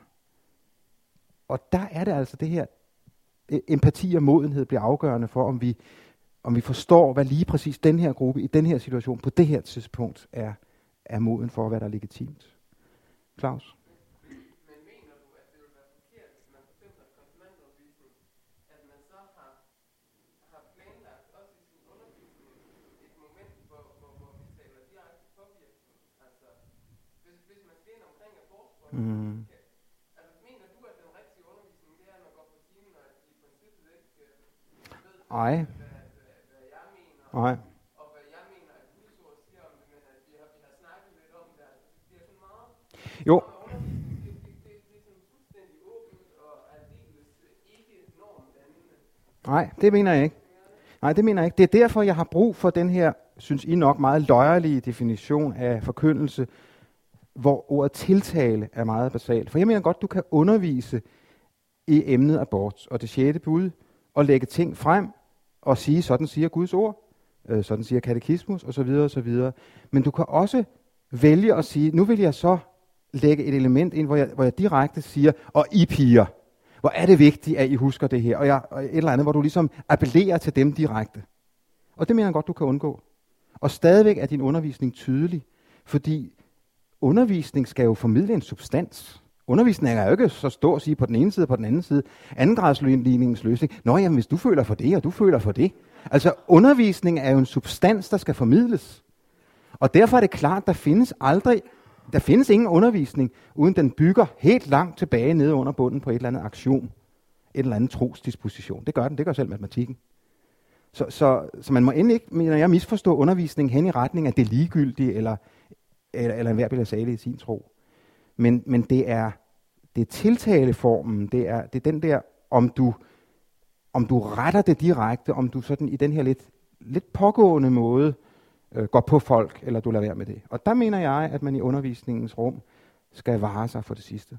Og der er det altså det her, empati og modenhed bliver afgørende for, om vi forstår, hvad lige præcis den her gruppe i den her situation på det her tidspunkt er moden for, hvad der er legitimt. Claus? Men mener du, at det vil være forkert, hvis man for eksempel har konfirmandundervisning, at man så har planlagt også i sin undervisning et moment, hvor vi taler direkte påvirkning? Altså, hvis man skal ind omkring abortspørgsmål, altså mener du, at den rigtige undervisning, det er, at man går på timen, og at de i princippet ikke ved, hvad jeg mener, og hvad jeg mener, at Guds ord siger om det, men at vi har snakket lidt om det, altså det bliver sådan meget... Jo. Det er sådan fuldstændig åbent og aldeles ikke normdannende. Nej, det mener jeg ikke. Det er derfor, jeg har brug for den her, synes I nok, meget løjerlige definition af forkyndelse, hvor ordet tiltale er meget basalt. For jeg mener godt, du kan undervise i emnet abort og det 6. bud, og lægge ting frem og sige, sådan siger Guds ord, sådan siger katekismus osv. osv. Men du kan også vælge at sige, nu vil jeg så lægge et element ind, hvor jeg direkte siger, og I piger, hvor er det vigtigt, at I husker det her, og et eller andet, hvor du ligesom appellerer til dem direkte. Og det mener jeg godt, du kan undgå. Og stadigvæk er din undervisning tydelig, fordi undervisning skal jo formidle en substans. Undervisning er jo ikke så stor at sige på den ene side og på den anden side. Andengradsligningens løsning. Nå jamen, hvis du føler for det, og du føler for det. Altså undervisning er jo en substans, der skal formidles. Og derfor er det klart, der findes ingen undervisning, uden den bygger helt langt tilbage nede under bunden på et eller andet aktion. Et eller andet trosdisposition. Det gør selv matematikken. Så man må endelig ikke, mener jeg, misforstå undervisningen hen i retning af det ligegyldige, eller enhver bliver salig i sin tro. Men det er tiltaleformen, det er den der, om du retter det direkte, om du sådan i den her lidt pågående måde går på folk, eller du lader være med det. Og der mener jeg, at man i undervisningens rum skal vare sig for det sidste.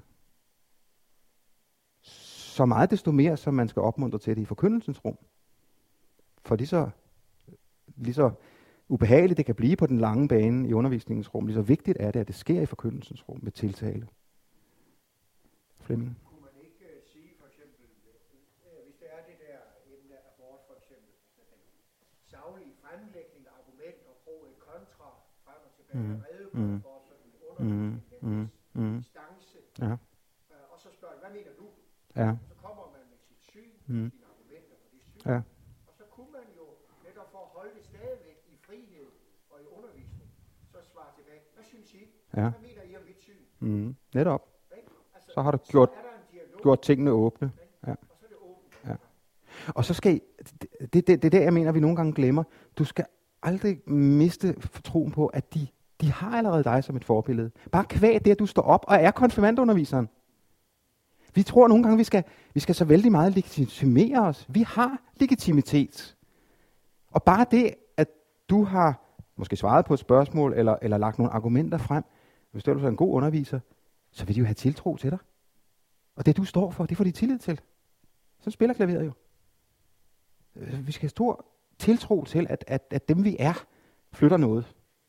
Så meget desto mere, som man skal opmuntre til det i forkyndelsens rum. For lige så ubehageligt det kan blive på den lange bane i undervisningens rum, lige så vigtigt er det, at det sker i forkyndelsens rum med tiltale. Flemming? Kunne man ikke sige for eksempel, hvis det er det der emne abort for eksempel, saglig fremlægning, argumenter, pro et kontra, frem og tilbage, redegørelse for sådan en undervisning, distance, og så spørger hvad mener du? Ja. Så kommer man med sit syn, sine argumenter for det syn. Ja. Og så kunne man jo netop for at holde det stadigvæk i frihed og i undervisning, så svare tilbage, hvad synes I? Ja. Hvad mener I om mit syn? Netop. Altså, Så har du så gjort tingene åbne. Ja. Og så er det åbent. Ja. Og så skal det er der, jeg mener, vi nogle gange glemmer. Du skal aldrig miste troen på, at de har allerede dig som et forbillede. Bare kvæg det, at du står op og er konfirmandunderviseren. Vi tror nogle gange, vi skal så vældig meget legitimere os. Vi har legitimitet. Og bare det, at du har måske svaret på et spørgsmål, eller lagt nogle argumenter frem, hvis du er en god underviser, så vil de jo have tiltro til dig. Og det du står for, det får de tillid til. Så spiller klaveret jo. Vi skal have stor tiltro til, at dem vi er, flytter noget.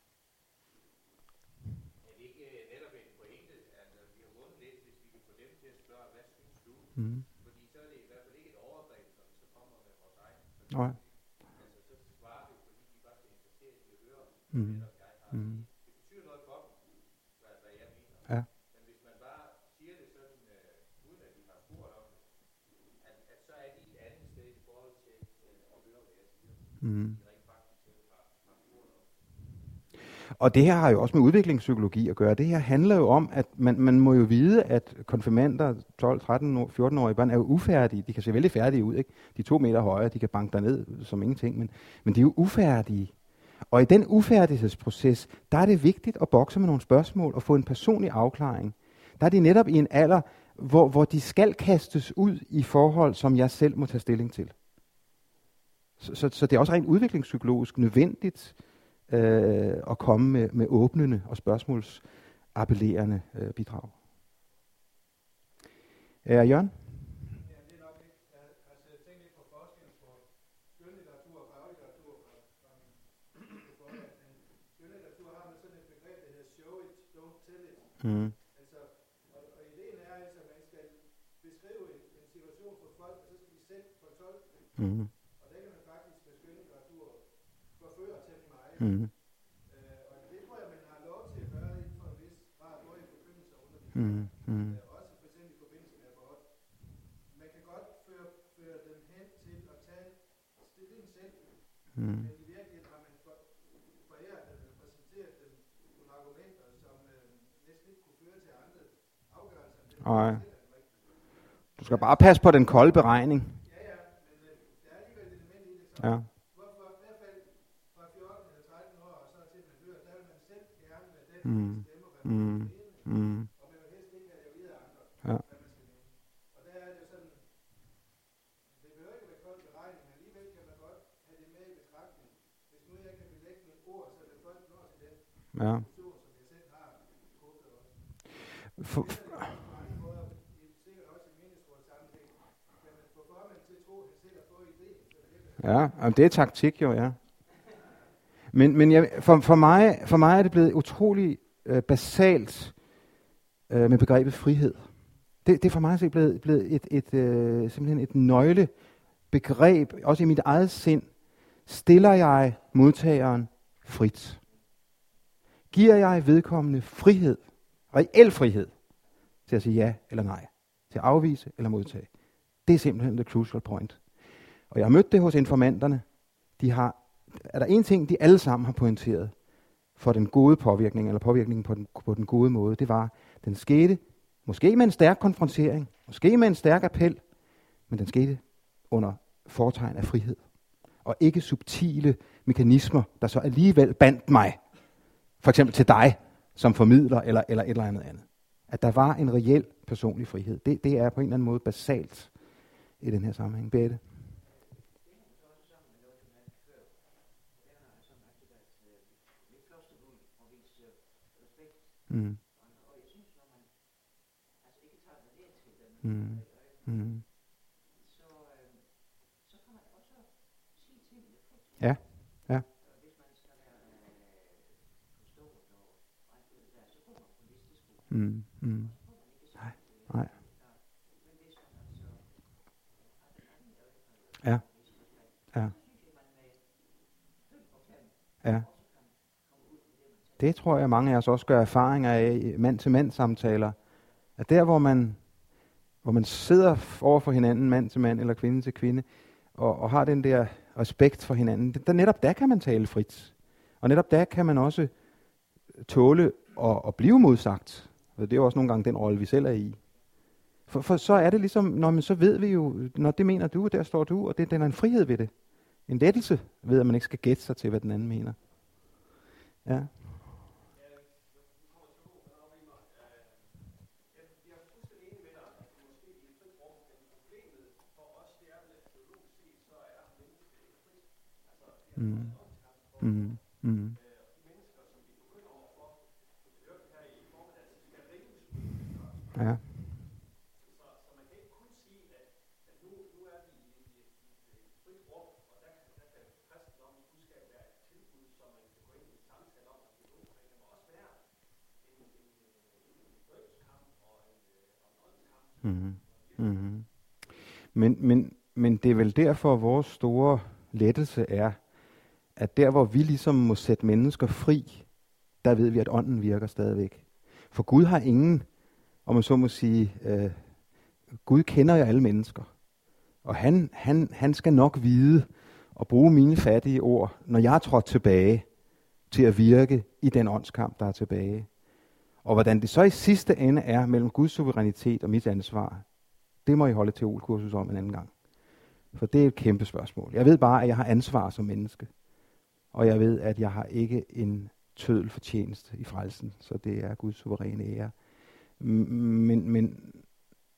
Er det ikke netop en pointe, at vi har vundet lidt, hvis vi kan få dem til at spørge, hvad synes du? Fordi så er det i hvert fald ikke et overgreb, som så kommer med vores egen. Nej. Altså så svarer vi, fordi de bare er interesseret i at høre, netop jeg har. Det betyder noget for dem, hvad jeg mener. Ja. Men hvis man bare siger det sådan, uden at vi har spurgt om det, at så er de et andet sted i forhold til at høre, hvad jeg siger. Og det her har jo også med udviklingspsykologi at gøre. Det her handler jo om, at man må jo vide, at konfirmander, 12, 13, 14-årige børn er jo ufærdige. De kan se vældig færdige ud, ikke? De er 2 meter høje, de kan banke derned som ingenting, men de er jo ufærdige. Og i den ufærdighedsproces, der er det vigtigt at bokse med nogle spørgsmål og få en personlig afklaring. Der er de netop i en alder, hvor de skal kastes ud i forhold, som jeg selv må tage stilling til. Så det er også rent udviklingspsykologisk nødvendigt at komme med åbnende og spørgsmålsappellerende bidrag. Jørgen? Ja, det er nok ikke. Altså, jeg tænker lidt på forskellen på skønlitteratur og faglitteratur. Men skønlitteratur har man sådan et begreb, der hedder show it, don't tell it. Mm. Altså, og ideen er altså, at man skal beskrive en situation for folk, og så skal de selv fortolke det. Mm. Og der kan man faktisk med skønlitteratur forføre til meget. Mm. Og det tror jeg, man har lov til at gøre inden for en vis grad, både i forbindelse og undervisning. Mm. Mm. Også for eksempel i forbindelse med abort. Man kan godt føre dem hen til at tage stilling selv, Mm. men i virkeligheden har man foræret eller præsenteret dem nogle argumenter, som næsten ikke kunne føre til andre afgørelser. Nej. Du skal bare passe på den kolde beregning. Ja, men der er alligevel et element i det, Ja. hvorfor i hvert fald fra 14 eller 13 år, og så til man dør, der vil man selv gerne med den Mm. stemme, hvad man Mm. skal mene, Mm. og man vil helst ikke have det at vide af andre, Ja. hvad man skal mene. Og der er det jo sådan, det behøver ikke at være kold beregning, men alligevel kan man godt have det med i betragtning. Hvis nu jeg kan belægge mine ord, så vil folk nå til den Ja. funktion, som jeg selv har håbet også. For, Det er jo på mange måder, sikkert også i menighedsrådssammenhæng, kan man få formanden til at tro, at han selv har fået idéen, så det kan ja, jamen, det er taktik jo, ja. Men for mig er det blevet utrolig basalt med begrebet frihed. Det er for mig blevet simpelthen et nøglebegreb, også i mit eget sind. Stiller jeg modtageren frit? Giver jeg vedkommende frihed, reel frihed, til at sige ja eller nej, til at afvise eller modtage? Det er simpelthen the crucial point. Og jeg har mødt det hos informanterne. Er der en ting, de alle sammen har pointeret for den gode påvirkning, eller påvirkningen på den gode måde, det var, den skete måske med en stærk konfrontering, måske med en stærk appel, men den skete under fortegn af frihed. Og ikke subtile mekanismer, der så alligevel bandt mig, for eksempel til dig, som formidler, eller et eller andet. At der var en reel personlig frihed. Det er på en eller anden måde basalt i den her sammenhæng. Bette? Mm. Mm. Mm. Ja, ja. Mm. Mm. Nej. Ja. Ja. Ja. Det tror jeg, mange af os også gør erfaringer af i mand-til-mand samtaler. At der, hvor man sidder over for hinanden, mand til mand eller kvinde til kvinde, og har den der respekt for hinanden, netop der kan man tale frit. Og netop der kan man også tåle at blive modsagt. Og det er jo også nogle gange den rolle, vi selv er i. For så er det ligesom, men så ved vi jo, når det mener du, der står du, og den er en frihed ved det. En lettelse ved, at man ikke skal gætte sig til, hvad den anden mener. Ja. Mm. Mm. Mm. Ja. Så man kan ikke kun sige, at nu er vi i et frit rum, og der kan kristendommens budskab være et tilbud, som man kan gå ind i en samtale om, men det må også være en drøbskamp og en åndskamp. Men det er vel derfor, vores store lettelse er, at der, hvor vi ligesom må sætte mennesker fri, der ved vi, at ånden virker stadigvæk. For Gud har ingen, om man så må sige, Gud kender jo alle mennesker. Og han skal nok vide og bruge mine fattige ord, når jeg er trådt tilbage, til at virke i den åndskamp, der er tilbage. Og hvordan det så i sidste ende er mellem Guds suverænitet og mit ansvar, det må I holde teolkursus om en anden gang. For det er et kæmpe spørgsmål. Jeg ved bare, at jeg har ansvar som menneske. Og jeg ved, at jeg har ikke en tødel fortjeneste i frelsen. Så det er Guds suveræne ære. Men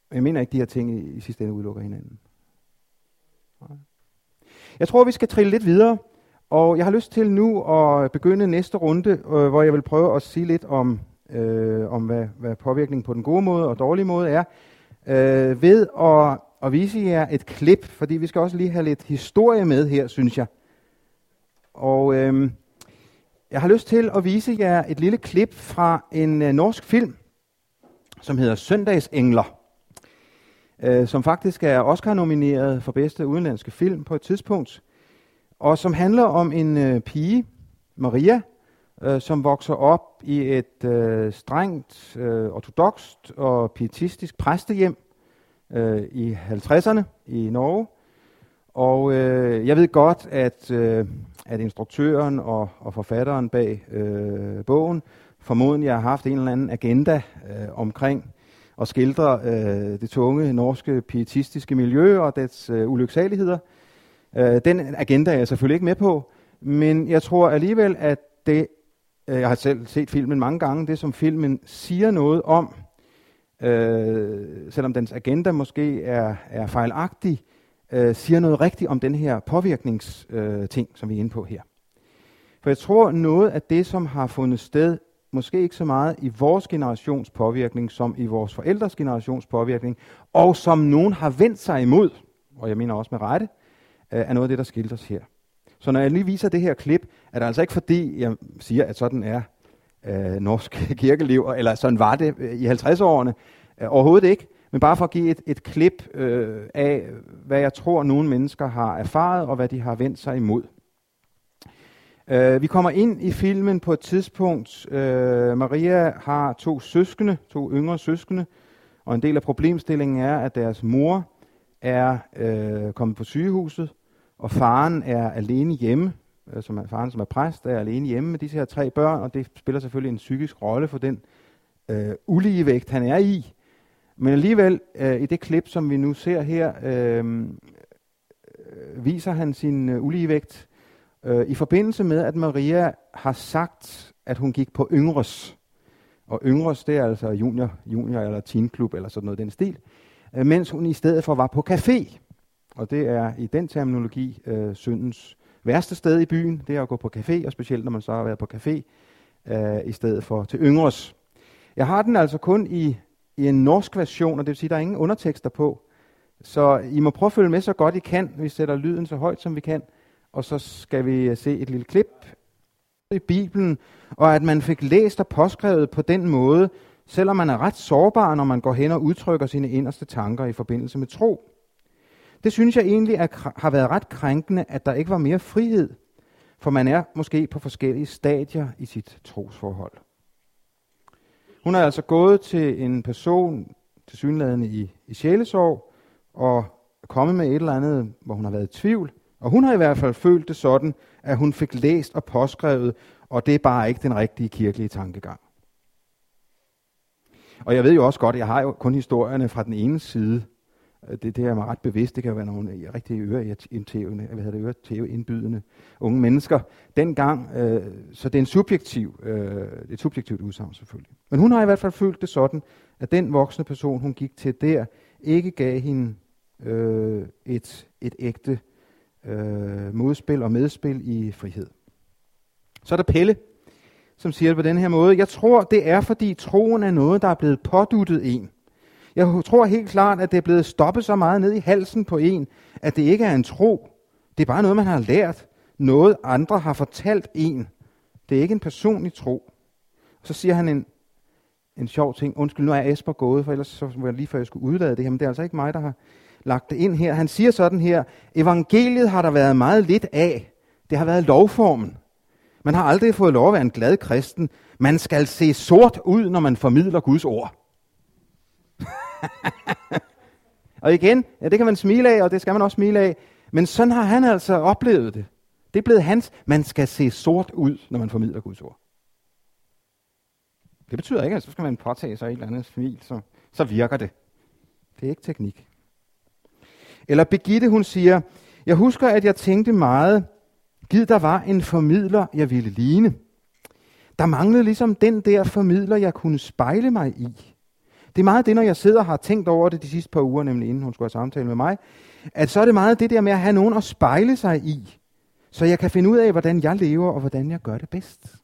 Jeg mener ikke, de her ting i sidste ende udelukker hinanden. Nej. Jeg tror, vi skal trille lidt videre, og jeg har lyst til nu at begynde næste runde, hvor jeg vil prøve at sige lidt om hvad påvirkning på den gode måde og dårlige måde er, ved at vise jer et klip, fordi vi skal også lige have lidt historie med her, synes jeg. Og jeg har lyst til at vise jer et lille klip fra en norsk film, som hedder Søndagsengler, som faktisk er Oscar-nomineret for bedste udenlandske film på et tidspunkt, og som handler om en pige, Maria, som vokser op i et strengt, ortodokst og pietistisk præstehjem i 50'erne i Norge. Og jeg ved godt, at instruktøren og forfatteren bag bogen formodentlig har haft en eller anden agenda omkring at skildre det tunge norske pietistiske miljø og dets ulyksaligheder. Den agenda er jeg selvfølgelig ikke med på, men jeg tror alligevel, at det, jeg har selv set filmen mange gange, det som filmen siger noget om, selvom dens agenda måske er fejlagtig, siger noget rigtigt om den her påvirkningsting, som vi er inde på her. For jeg tror, noget af det, som har fundet sted, måske ikke så meget i vores generations påvirkning, som i vores forældres generations påvirkning, og som nogen har vendt sig imod, og jeg mener også med rette, er noget af det, der skildres her. Så når jeg lige viser det her klip, er det altså ikke fordi, jeg siger, at sådan er norsk kirkeliv, eller sådan var det i 50'erne. Overhovedet ikke, men bare for at give et klip af, hvad jeg tror, nogle mennesker har erfaret, og hvad de har vendt sig imod. Vi kommer ind i filmen på et tidspunkt. Maria har to yngre søskende, og en del af problemstillingen er, at deres mor er kommet på sygehuset, og faren er alene hjemme. Faren, som er præst, er alene hjemme med disse her 3 børn, og det spiller selvfølgelig en psykisk rolle for den uligevægt, han er i. Men alligevel, i det klip, som vi nu ser her, viser han sin uligevægt i forbindelse med, at Maria har sagt, at hun gik på yngres. Og yngres, det er altså junior eller teenklub eller sådan noget den stil, mens hun i stedet for var på café. Og det er i den terminologi syndens værste sted i byen, det er at gå på café, og specielt når man så har været på café, i stedet for til yngres. Jeg har den altså kun i en norsk version, og det vil sige, at der er ingen undertekster på. Så I må prøve at følge med så godt I kan. Vi sætter lyden så højt som vi kan, og så skal vi se et lille klip i Bibelen, og at man fik læst og påskrevet på den måde, selvom man er ret sårbar, når man går hen og udtrykker sine inderste tanker i forbindelse med tro. Det synes jeg egentlig har været ret krænkende, at der ikke var mere frihed, for man er måske på forskellige stadier i sit trosforhold. Hun er altså gået til en person, tilsyneladende i sjælesorg, og kommet med et eller andet, hvor hun har været i tvivl. Og hun har i hvert fald følt det sådan, at hun fik læst og påskrevet, og det er bare ikke den rigtige kirkelige tankegang. Og jeg ved jo også godt, jeg har jo kun historierne fra den ene side. Det er mig ret bevidst. Det kan jo være nogle rigtig øretæveindbydende unge mennesker dengang. Så det er et subjektivt udsagn selvfølgelig. Men hun har i hvert fald følt det sådan, at den voksne person, hun gik til der, ikke gav hende et ægte modspil og medspil i frihed. Så er der Pelle, som siger det på den her måde. Jeg tror, det er fordi troen er noget, der er blevet påduttet en. Jeg tror helt klart, at det er blevet stoppet så meget ned i halsen på en, at det ikke er en tro. Det er bare noget, man har lært. Noget andre har fortalt en. Det er ikke en personlig tro. Så siger han en sjov ting. Undskyld, nu er Esper gået, for ellers så var jeg lige før jeg skulle udlade det her, men det er altså ikke mig, der har lagt det ind her. Han siger sådan her: evangeliet har der været meget lidt af. Det har været lovformen. Man har aldrig fået lov at være en glad kristen. Man skal se sort ud, når man formidler Guds ord. Og igen, ja, det kan man smile af, og det skal man også smile af. Men sådan har han altså oplevet det. Det er blevet hans. Man skal se sort ud, når man formidler Guds ord. Det betyder ikke, at så skal man påtage sig et eller andet smil, så virker det. Det er ikke teknik. Eller Birgitte, hun siger: jeg husker, at jeg tænkte meget, gid der var en formidler, jeg ville ligne. Der manglede ligesom den der formidler, jeg kunne spejle mig i. Det er meget det, når jeg sidder og har tænkt over det de sidste par uger, nemlig inden hun skulle have samtale med mig, at så er det meget det der med at have nogen at spejle sig i, så jeg kan finde ud af, hvordan jeg lever, og hvordan jeg gør det bedst.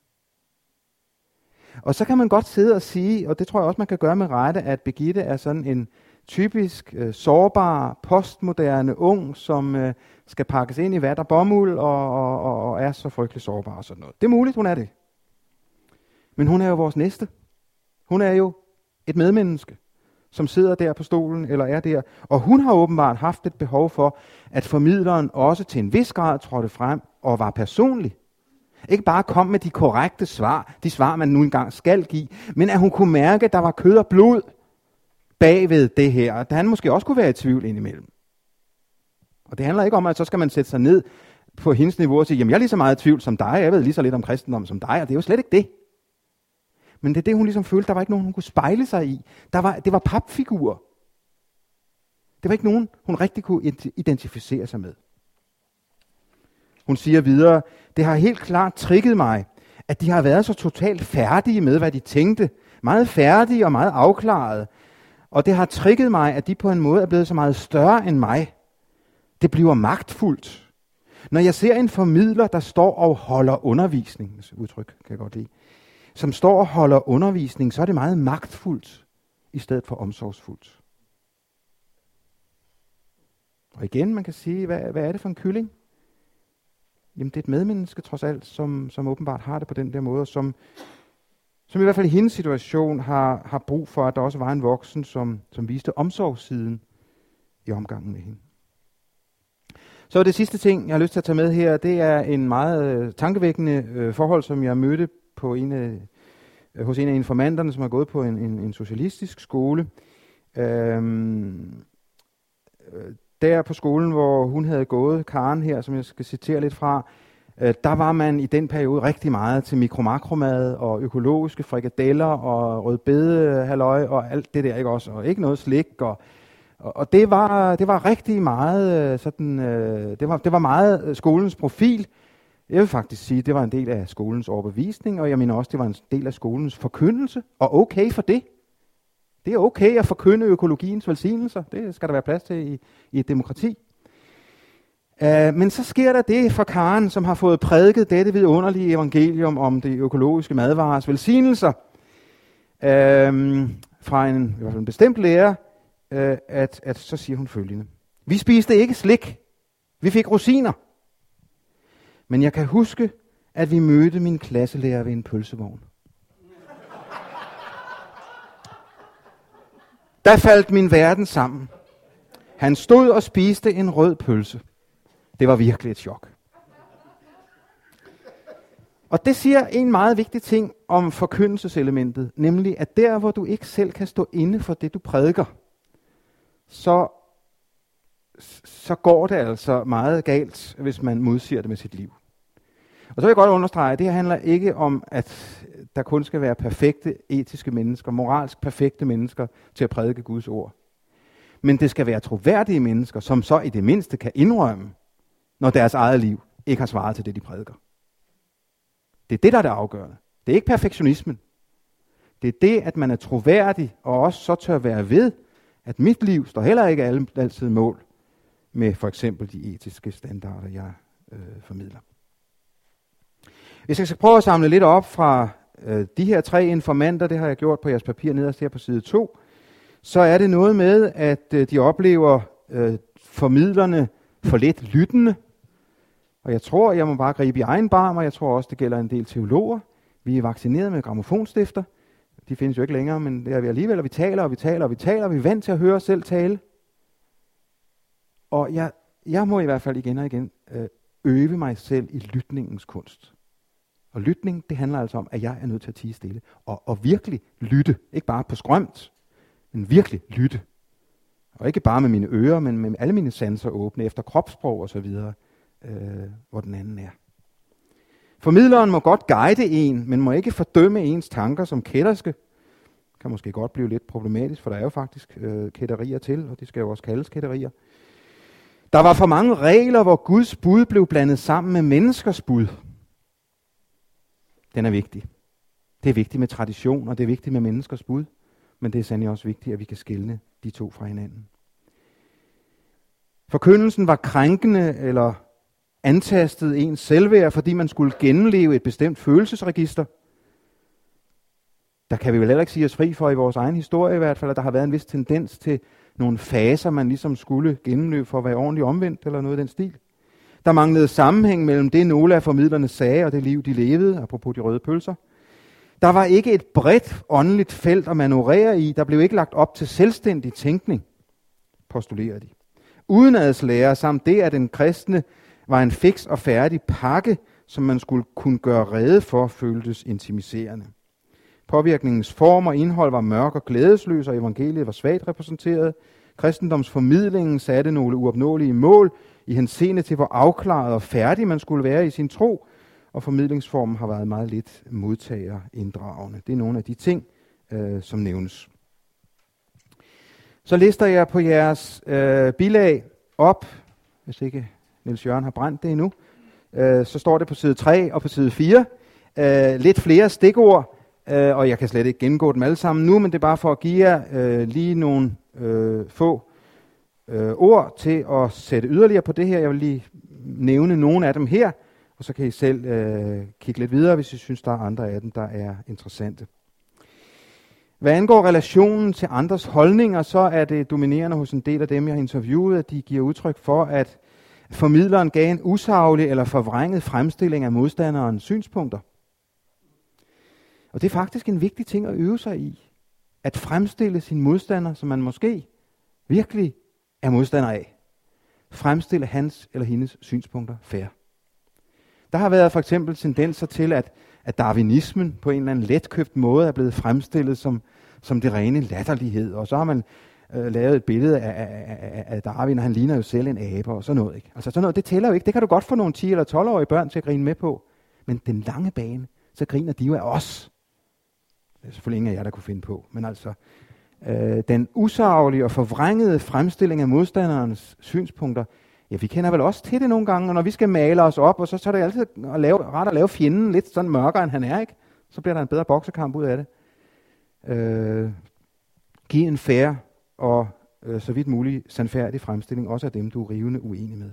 Og så kan man godt sidde og sige, og det tror jeg også, man kan gøre med rette, at Birgitte er sådan en typisk sårbar, postmoderne ung, som skal pakkes ind i vat og bomuld, og er så frygtelig sårbar og sådan noget. Det er muligt, hun er det. Men hun er jo vores næste. Hun er jo et medmenneske, som sidder der på stolen, eller er der. Og hun har åbenbart haft et behov for, at formidleren også til en vis grad trådte frem og var personlig. Ikke bare kom med de korrekte svar, de svar, man nu engang skal give, men at hun kunne mærke, at der var kød og blod bagved det her, at han måske også kunne være i tvivl indimellem. Og det handler ikke om, at så skal man sætte sig ned på hendes niveau og sige, jamen jeg er lige så meget i tvivl som dig, jeg ved lige så lidt om kristendom som dig, og det er jo slet ikke det. Men det er det, hun ligesom følte, der var ikke nogen, hun kunne spejle sig i. Det var papfigurer. Det var ikke nogen, hun rigtig kunne identificere sig med. Hun siger videre, det har helt klart trigget mig, at de har været så totalt færdige med, hvad de tænkte. Meget færdige og meget afklarede. Og det har trigget mig, at de på en måde er blevet så meget større end mig. Det bliver magtfuldt. Når jeg ser en formidler, der står og holder undervisning, udtryk kan jeg godt lide, som står og holder undervisning, så er det meget magtfuldt, i stedet for omsorgsfuldt. Og igen, man kan sige, hvad er det for en kylling? Jamen det er et medmenneske trods alt, som åbenbart har det på den der måde, som i hvert fald i hendes situation har brug for, at der også var en voksen, som viste omsorgssiden i omgangen med hende. Så det sidste ting, jeg har lyst til at tage med her, det er en meget tankevækkende forhold, som jeg mødte på hos en af informanterne, som har gået på en socialistisk skole. Der på skolen, hvor hun havde gået, Karen her, som jeg skal citere lidt fra, der var man i den periode rigtig meget til mikromakromad og økologiske frikadeller og rødbedehalløj og alt det der, ikke også? Og ikke noget slik. Og det var rigtig meget sådan, det var meget skolens profil. Jeg vil faktisk sige, at det var en del af skolens overbevisning, og jeg mener også, det var en del af skolens forkyndelse, og okay for det. Det er okay at forkynde økologiens velsignelser. Det skal der være plads til i et demokrati. Men så sker der det for Karen, som har fået prædiket dette vidunderlige evangelium om det økologiske madvarers velsignelser, fra i hvert fald en bestemt lærer, at så siger hun følgende. Vi spiste ikke slik. Vi fik rosiner. Men jeg kan huske, at vi mødte min klasselærer ved en pølsevogn. Der faldt min verden sammen. Han stod og spiste en rød pølse. Det var virkelig et chok. Og det siger en meget vigtig ting om forkyndelseselementet, nemlig at der, hvor du ikke selv kan stå inde for det, du prædiker, så går det altså meget galt, hvis man modsiger det med sit liv. Og så vil jeg godt understrege, at det her handler ikke om, at der kun skal være perfekte etiske mennesker, moralsk perfekte mennesker til at prædike Guds ord. Men det skal være troværdige mennesker, som så i det mindste kan indrømme, når deres eget liv ikke har svaret til det, de prædiker. Det er det, der er det afgørende. Det er ikke perfektionismen. Det er det, at man er troværdig, og også så tør være ved, at mit liv står heller ikke altid mål med for eksempel de etiske standarder, jeg formidler. Hvis jeg skal prøve at samle lidt op fra de her 3 informanter, det har jeg gjort på jeres papir nederst her på side 2, så er det noget med, at de oplever formidlerne for lidt lyttende. Og jeg tror, jeg må bare gribe i egen barm, og jeg tror også, det gælder en del teologer. Vi er vaccineret med grammofonstifter. De findes jo ikke længere, men det er vi alligevel, og vi taler, og vi taler, og vi taler, og vi er vant til at høre os selv tale. Og jeg må i hvert fald igen og igen øve mig selv i lytningens kunst. Og lytning, det handler altså om, at jeg er nødt til at tie stille. Og virkelig lytte. Ikke bare på skrømt, men virkelig lytte. Og ikke bare med mine ører, men med alle mine sanser åbne efter kropssprog og så videre, hvor den anden er. Formidleren må godt guide en, men må ikke fordømme ens tanker som kætterske. Det kan måske godt blive lidt problematisk, for der er jo faktisk kætterier til, og det skal jo også kaldes kætterier. Der var for mange regler, hvor Guds bud blev blandet sammen med menneskers bud. Den er vigtig. Det er vigtigt med tradition, og det er vigtigt med menneskers bud. men det er sandelig også vigtigt, at vi kan skelne de to fra hinanden. Forkyndelsen var krænkende eller antastede ens selvværd, fordi man skulle gennemleve et bestemt følelsesregister. Der kan vi vel heller ikke sige os fri for i vores egen historie i hvert fald, at der har været en vis tendens til nogle faser, man ligesom skulle gennemløbe for at være ordentligt omvendt eller noget i den stil. Der manglede sammenhæng mellem det, nogle af formidlerne sagde, og det liv, de levede, apropos de røde pølser. Der var ikke et bredt åndeligt felt at manøvrere i. Der blev ikke lagt op til selvstændig tænkning, postulerer de. Udenadslære samt det, at den kristne var en fiks og færdig pakke, som man skulle kunne gøre rede for, føltes intimiserende. Påvirkningens form og indhold var mørk og glædesløs, og evangeliet var svagt repræsenteret. Kristendomsformidlingen satte nogle uopnåelige mål i henseende til, hvor afklaret og færdig man skulle være i sin tro, og formidlingsformen har været meget lidt modtagerinddragende. Det er nogle af de ting, som nævnes. Så lister jeg på jeres bilag op, hvis ikke Niels Jørgen har brændt det endnu, så står det på side 3 og på side 4. Lidt flere stikord, og jeg kan slet ikke gennemgå dem alle sammen nu, men det er bare for at give jer lige nogle få ord til at sætte yderligere på det her. Jeg vil lige nævne nogle af dem her, og så kan I selv kigge lidt videre, hvis I synes, der er andre af dem, der er interessante. Hvad angår relationen til andres holdninger, så er det dominerende hos en del af dem, jeg har interviewet, at de giver udtryk for, at formidleren gav en usaglig eller forvrænget fremstilling af modstanderens synspunkter. Og det er faktisk en vigtig ting at øve sig i. At fremstille sin modstander, som man måske virkelig er modstander af. Fremstille hans eller hendes synspunkter fair. Der har været for eksempel tendenser til, at darwinismen på en eller anden letkøbt måde er blevet fremstillet som det rene latterlighed. Og så har man lavet et billede af Darwin, og han ligner jo selv en abe og sådan noget. Ikke? Altså sådan noget, det tæller jo ikke. Det kan du godt få nogle 10- eller 12-årige børn til at grine med på. Men den lange bane, så griner de jo af os. Det er selvfølgelig ingen af jer, der kunne finde på. Men altså, den usaglige og forvrængede fremstilling af modstanderens synspunkter, ja, vi kender vel også til det nogle gange, og når vi skal male os op, og så er det altid ret at lave fjenden lidt sådan mørkere, end han er, ikke? Så bliver der en bedre boksekamp ud af det. Giv en fair og så vidt muligt sandfærdig fremstilling, også af dem, du er rivende uenig med.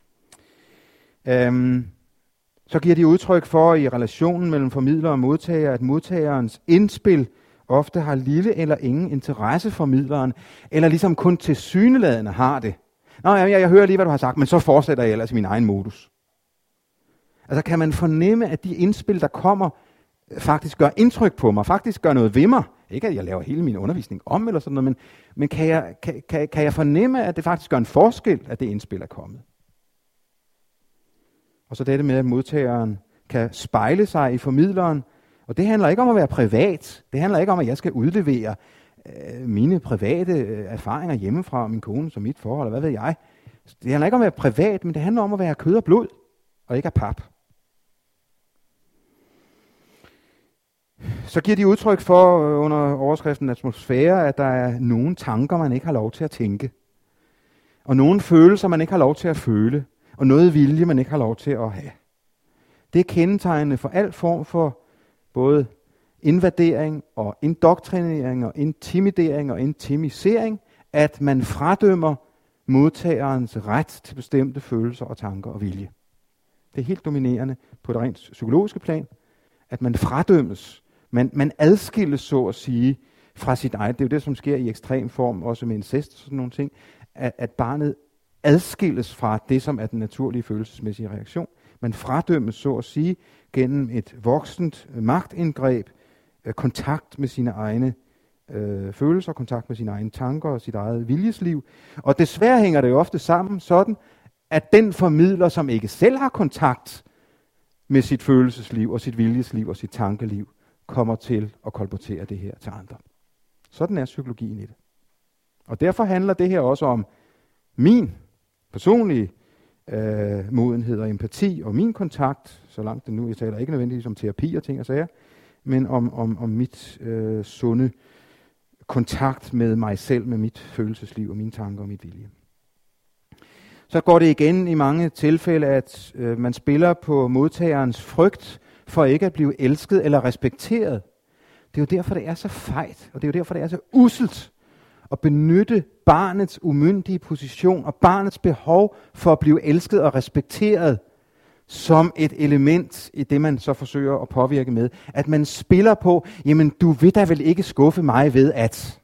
Så giver de udtryk for i relationen mellem formidler og modtager, at modtagerens indspil ofte har lille eller ingen interesse for formidleren, eller ligesom kun tilsyneladende har det. Nå, jeg hører lige, hvad du har sagt, men så fortsætter jeg ellers i min egen modus. Altså kan man fornemme, at de indspil, der kommer, faktisk gør indtryk på mig, faktisk gør noget ved mig. Ikke at jeg laver hele min undervisning om, eller sådan noget, men kan jeg fornemme, at det faktisk gør en forskel, at det indspil er kommet. Og så dette med, at modtageren kan spejle sig i formidleren. Og det handler ikke om at være privat. Det handler ikke om, at jeg skal udlevere mine private erfaringer hjemmefra, min kone og mit forhold, og hvad ved jeg. Det handler ikke om at være privat, men det handler om at være kød og blod, og ikke af pap. Så giver de udtryk for under overskriften atmosfære, at der er nogle tanker, man ikke har lov til at tænke. Og nogle følelser, man ikke har lov til at føle. Og noget vilje, man ikke har lov til at have. Det er kendetegnende for al form for både invadering og indoktrinering og intimidering og intimisering, at man fradømmer modtagerens ret til bestemte følelser og tanker og vilje. Det er helt dominerende på det rent psykologiske plan, at man fradømmes. Man adskilles, så at sige, fra sit eget. Det er jo det, som sker i ekstrem form, også med incest og sådan nogle ting, at barnet adskilles fra det, som er den naturlige følelsesmæssige reaktion. Man fradømmes, så at sige, gennem et voksent magtindgreb, kontakt med sine egne følelser, kontakt med sine egne tanker og sit eget viljesliv. Og desværre hænger det jo ofte sammen sådan, at den formidler, som ikke selv har kontakt med sit følelsesliv og sit viljesliv og sit tankeliv, kommer til at kolportere det her til andre. Sådan er psykologien i det. Og derfor handler det her også om min personlige modenhed og empati og min kontakt, så langt det nu, jeg taler ikke nødvendigvis om terapi og ting og sager, men om mit sunde kontakt med mig selv, med mit følelsesliv og mine tanker og mit vilje. Så går det igen i mange tilfælde, at man spiller på modtagerens frygt for ikke at blive elsket eller respekteret. Det er jo derfor, det er så fejt, og det er jo derfor, det er så usselt at benytte barnets umyndige position og barnets behov for at blive elsket og respekteret som et element i det, man så forsøger at påvirke med. At man spiller på, jamen du vil da vel ikke skuffe mig ved at.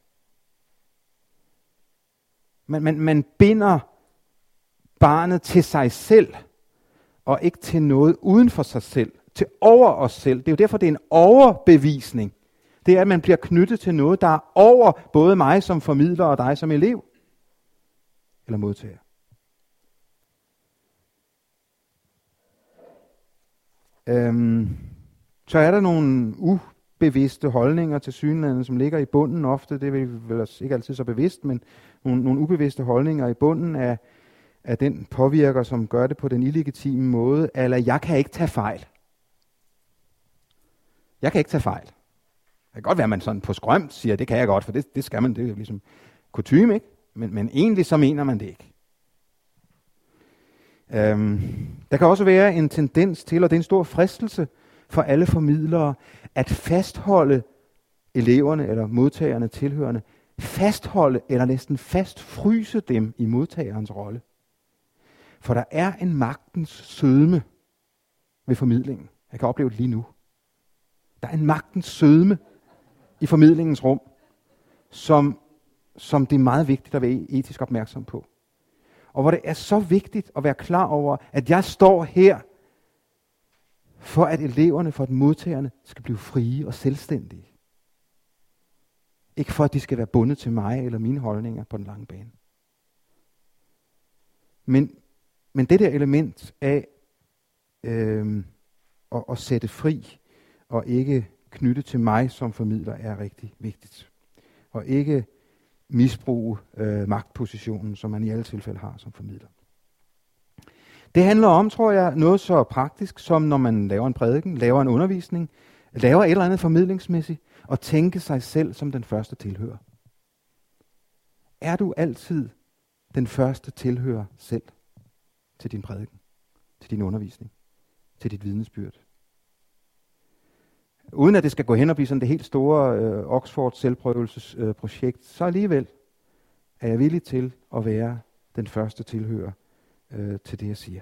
Man binder barnet til sig selv, og ikke til noget uden for sig selv, til over os selv. Det er jo derfor, det er en overbevisning. Det er, at man bliver knyttet til noget, der er over både mig som formidler og dig som elev. Eller modtager. Så er der nogle ubevidste holdninger til synligheden, som ligger i bunden ofte. Det er vel ikke altid så bevidst, men nogle ubevidste holdninger i bunden af den påvirker, som gør det på den illegitime måde. Eller jeg kan ikke tage fejl. Jeg kan ikke tage fejl. Det kan godt være, at man sådan på skrømt siger, det kan jeg godt, for det skal man, det er jo ligesom kutyme, ikke? Men egentlig så mener man det ikke. Der kan også være en tendens til, og det er en stor fristelse for alle formidlere, at fastholde eleverne eller modtagerne, tilhørende, fastholde eller næsten fastfryse dem i modtagerens rolle. For der er en magtens sødme ved formidlingen. Jeg kan opleve det lige nu. Der er en magtens sødme i formidlingens rum, som det er meget vigtigt at være etisk opmærksom på. Og hvor det er så vigtigt at være klar over, at jeg står her, for at eleverne, for at modtagerne skal blive frie og selvstændige. Ikke for at de skal være bundet til mig eller mine holdninger på den lange bane. Men det der element af at sætte fri, og ikke knytte til mig som formidler, er rigtig vigtigt. Og ikke misbruge magtpositionen, som man i alle tilfælde har som formidler. Det handler om, tror jeg, noget så praktisk, som når man laver en prædiken, laver en undervisning, laver et eller andet formidlingsmæssigt, og tænke sig selv som den første tilhører. Er du altid den første tilhører selv til din prædiken, til din undervisning, til dit vidnesbyrd? Uden at det skal gå hen og blive sådan det helt store Oxford selvprøvelsesprojekt, så alligevel er jeg villig til at være den første tilhører til det, jeg siger.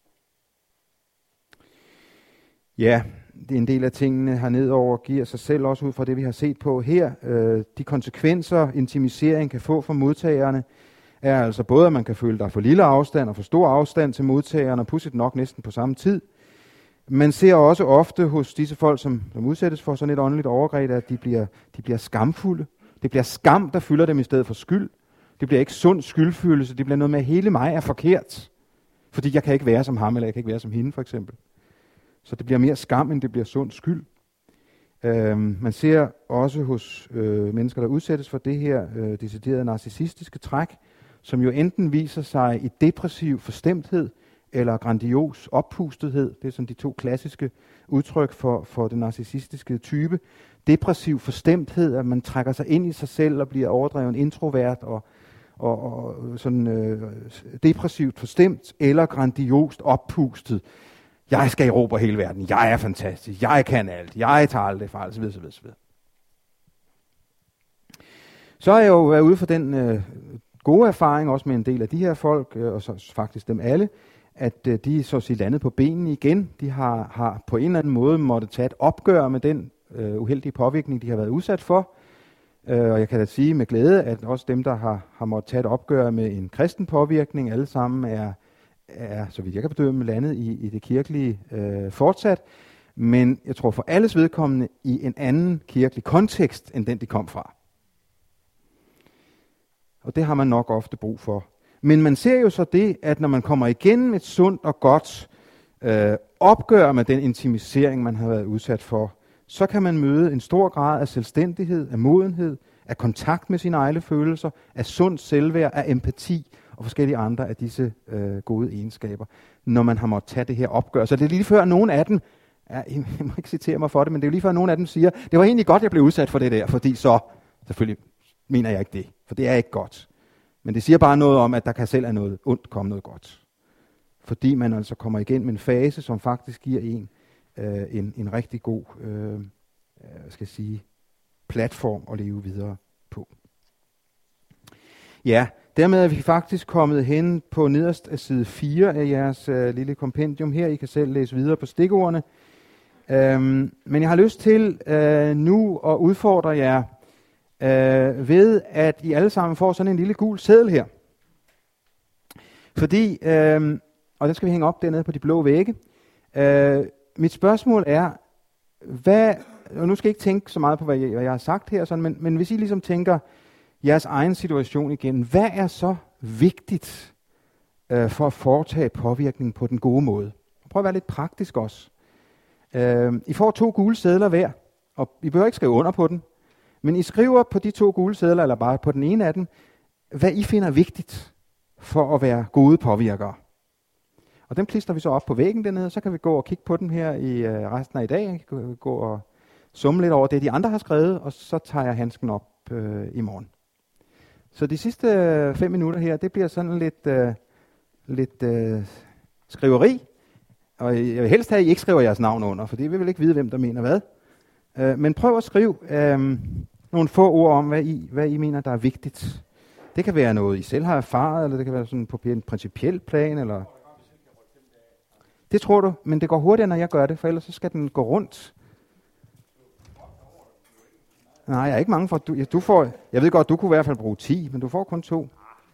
Ja, det er en del af tingene hernedover giver sig selv også ud fra det, vi har set på her. De konsekvenser, intimisering kan få for modtagerne, er altså både, at man kan føle, der er for lille afstand og for stor afstand til modtagerne, og pudsigt nok næsten på samme tid. Man ser også ofte hos disse folk, som udsættes for sådan et åndeligt overgreb, at de bliver skamfulde. Det bliver skam, der fylder dem i stedet for skyld. Det bliver ikke sund skyldfølelse. Det bliver noget med, at hele mig er forkert. Fordi jeg kan ikke være som ham, eller jeg kan ikke være som hende, for eksempel. Så det bliver mere skam, end det bliver sund skyld. Man ser også hos mennesker, der udsættes for det her deciderede narcissistiske træk, som jo enten viser sig i depressiv forstemthed, eller grandios oppustethed. Det er sådan de to klassiske udtryk for den narcissistiske type. Depressiv forstemthed, at man trækker sig ind i sig selv og bliver overdreven introvert og sådan depressivt forstemt, eller grandiost oppustet. Jeg skal erobre hele verden. Jeg er fantastisk. Jeg kan alt. Jeg tager aldrig fejl, osv. osv. Så har jeg jo været ude for den gode erfaring, også med en del af de her folk, og så faktisk dem alle, at de så at sige landet på benene igen. De har på en eller anden måde måtte tage et opgør med den uheldige påvirkning, de har været udsat for. Og jeg kan da sige med glæde, at også dem, der har måttet tage et opgør med en kristen påvirkning, alle sammen er så vidt jeg kan bedømme, landet i det kirkelige fortsat. Men jeg tror for alles vedkommende i en anden kirkelig kontekst, end den de kom fra. Og det har man nok ofte brug for. Men man ser jo så det, at når man kommer igennem et sundt og godt opgør med den intimisering, man har været udsat for, så kan man møde en stor grad af selvstændighed, af modenhed, af kontakt med sine egne følelser, af sund selvværd, af empati og forskellige andre af disse gode egenskaber, når man har måttet tage det her opgør. Så det er lige før nogle af dem, jeg må ikke citere mig for det, men det er lige før nogle af dem siger, det var egentlig godt, jeg blev udsat for det der, fordi så, selvfølgelig mener jeg ikke det, for det er ikke godt. Men det siger bare noget om, at der kan selv af noget ondt komme noget godt. Fordi man altså kommer igen med en fase, som faktisk giver en rigtig god platform at leve videre på. Ja, dermed er vi faktisk kommet hen på nederst af side 4 af jeres lille kompendium her. I kan selv læse videre på stikordene. Men jeg har lyst til nu at udfordre jer ved, at I alle sammen får sådan en lille gul seddel her. Fordi, og den skal vi hænge op dernede på de blå vægge. Mit spørgsmål er, og nu skal I ikke tænke så meget på, hvad jeg har sagt her, sådan, men hvis I ligesom tænker jeres egen situation igen, hvad er så vigtigt for at foretage påvirkning på den gode måde? Prøv at være lidt praktisk også. I får 2 gule sedler hver, og I behøver ikke skrive under på den, men I skriver på de 2 gule sedler, eller bare på den ene af dem, hvad I finder vigtigt for at være gode påvirkere. Og dem klister vi så op på væggen dernede, så kan vi gå og kigge på dem her i resten af i dag. Vi kan gå og summe lidt over det, de andre har skrevet, og så tager jeg handsken op i morgen. Så de sidste 5 minutter her, det bliver sådan lidt skriveri. Og jeg vil helst have, at I ikke skriver jeres navn under, for det vil vel ikke vide, hvem der mener hvad. Men prøv at skrive nogle få ord om, hvad I mener, der er vigtigt. Det kan være noget, I selv har erfaret, eller det kan være sådan på en principiel plan, eller... Det tror du, men det går hurtigere, når jeg gør det, for ellers så skal den gå rundt. Nej, jeg er ikke mange for... Du får, jeg ved godt, du kunne i hvert fald bruge 10, men du får kun 2.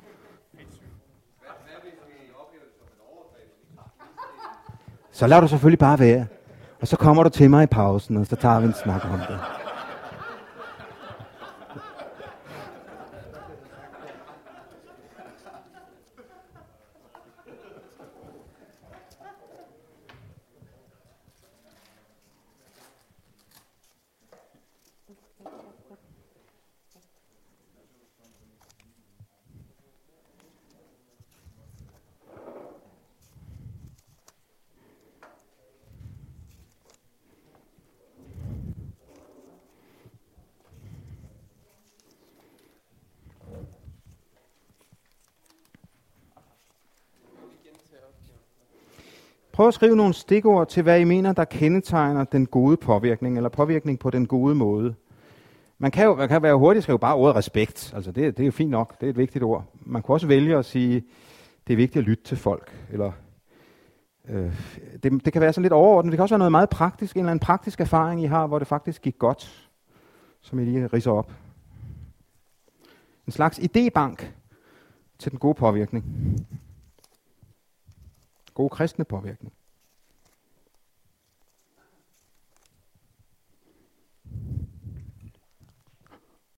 Så lader du selvfølgelig bare være. Og så kommer du til mig i pausen, og så tager vi en snak om det. Prøv at skrive nogle stikord til, hvad I mener, der kendetegner den gode påvirkning, eller påvirkning på den gode måde. Man kan være hurtigt at skrive bare ordet respekt. Altså det er jo fint nok, det er et vigtigt ord. Man kunne også vælge at sige, det er vigtigt at lytte til folk. Eller, det kan være sådan lidt overordnet. Det kan også være noget meget praktisk, en eller anden praktisk erfaring, I har, hvor det faktisk gik godt, som I lige ridser op. En slags idébank til den gode påvirkning. God kristne påvirkning.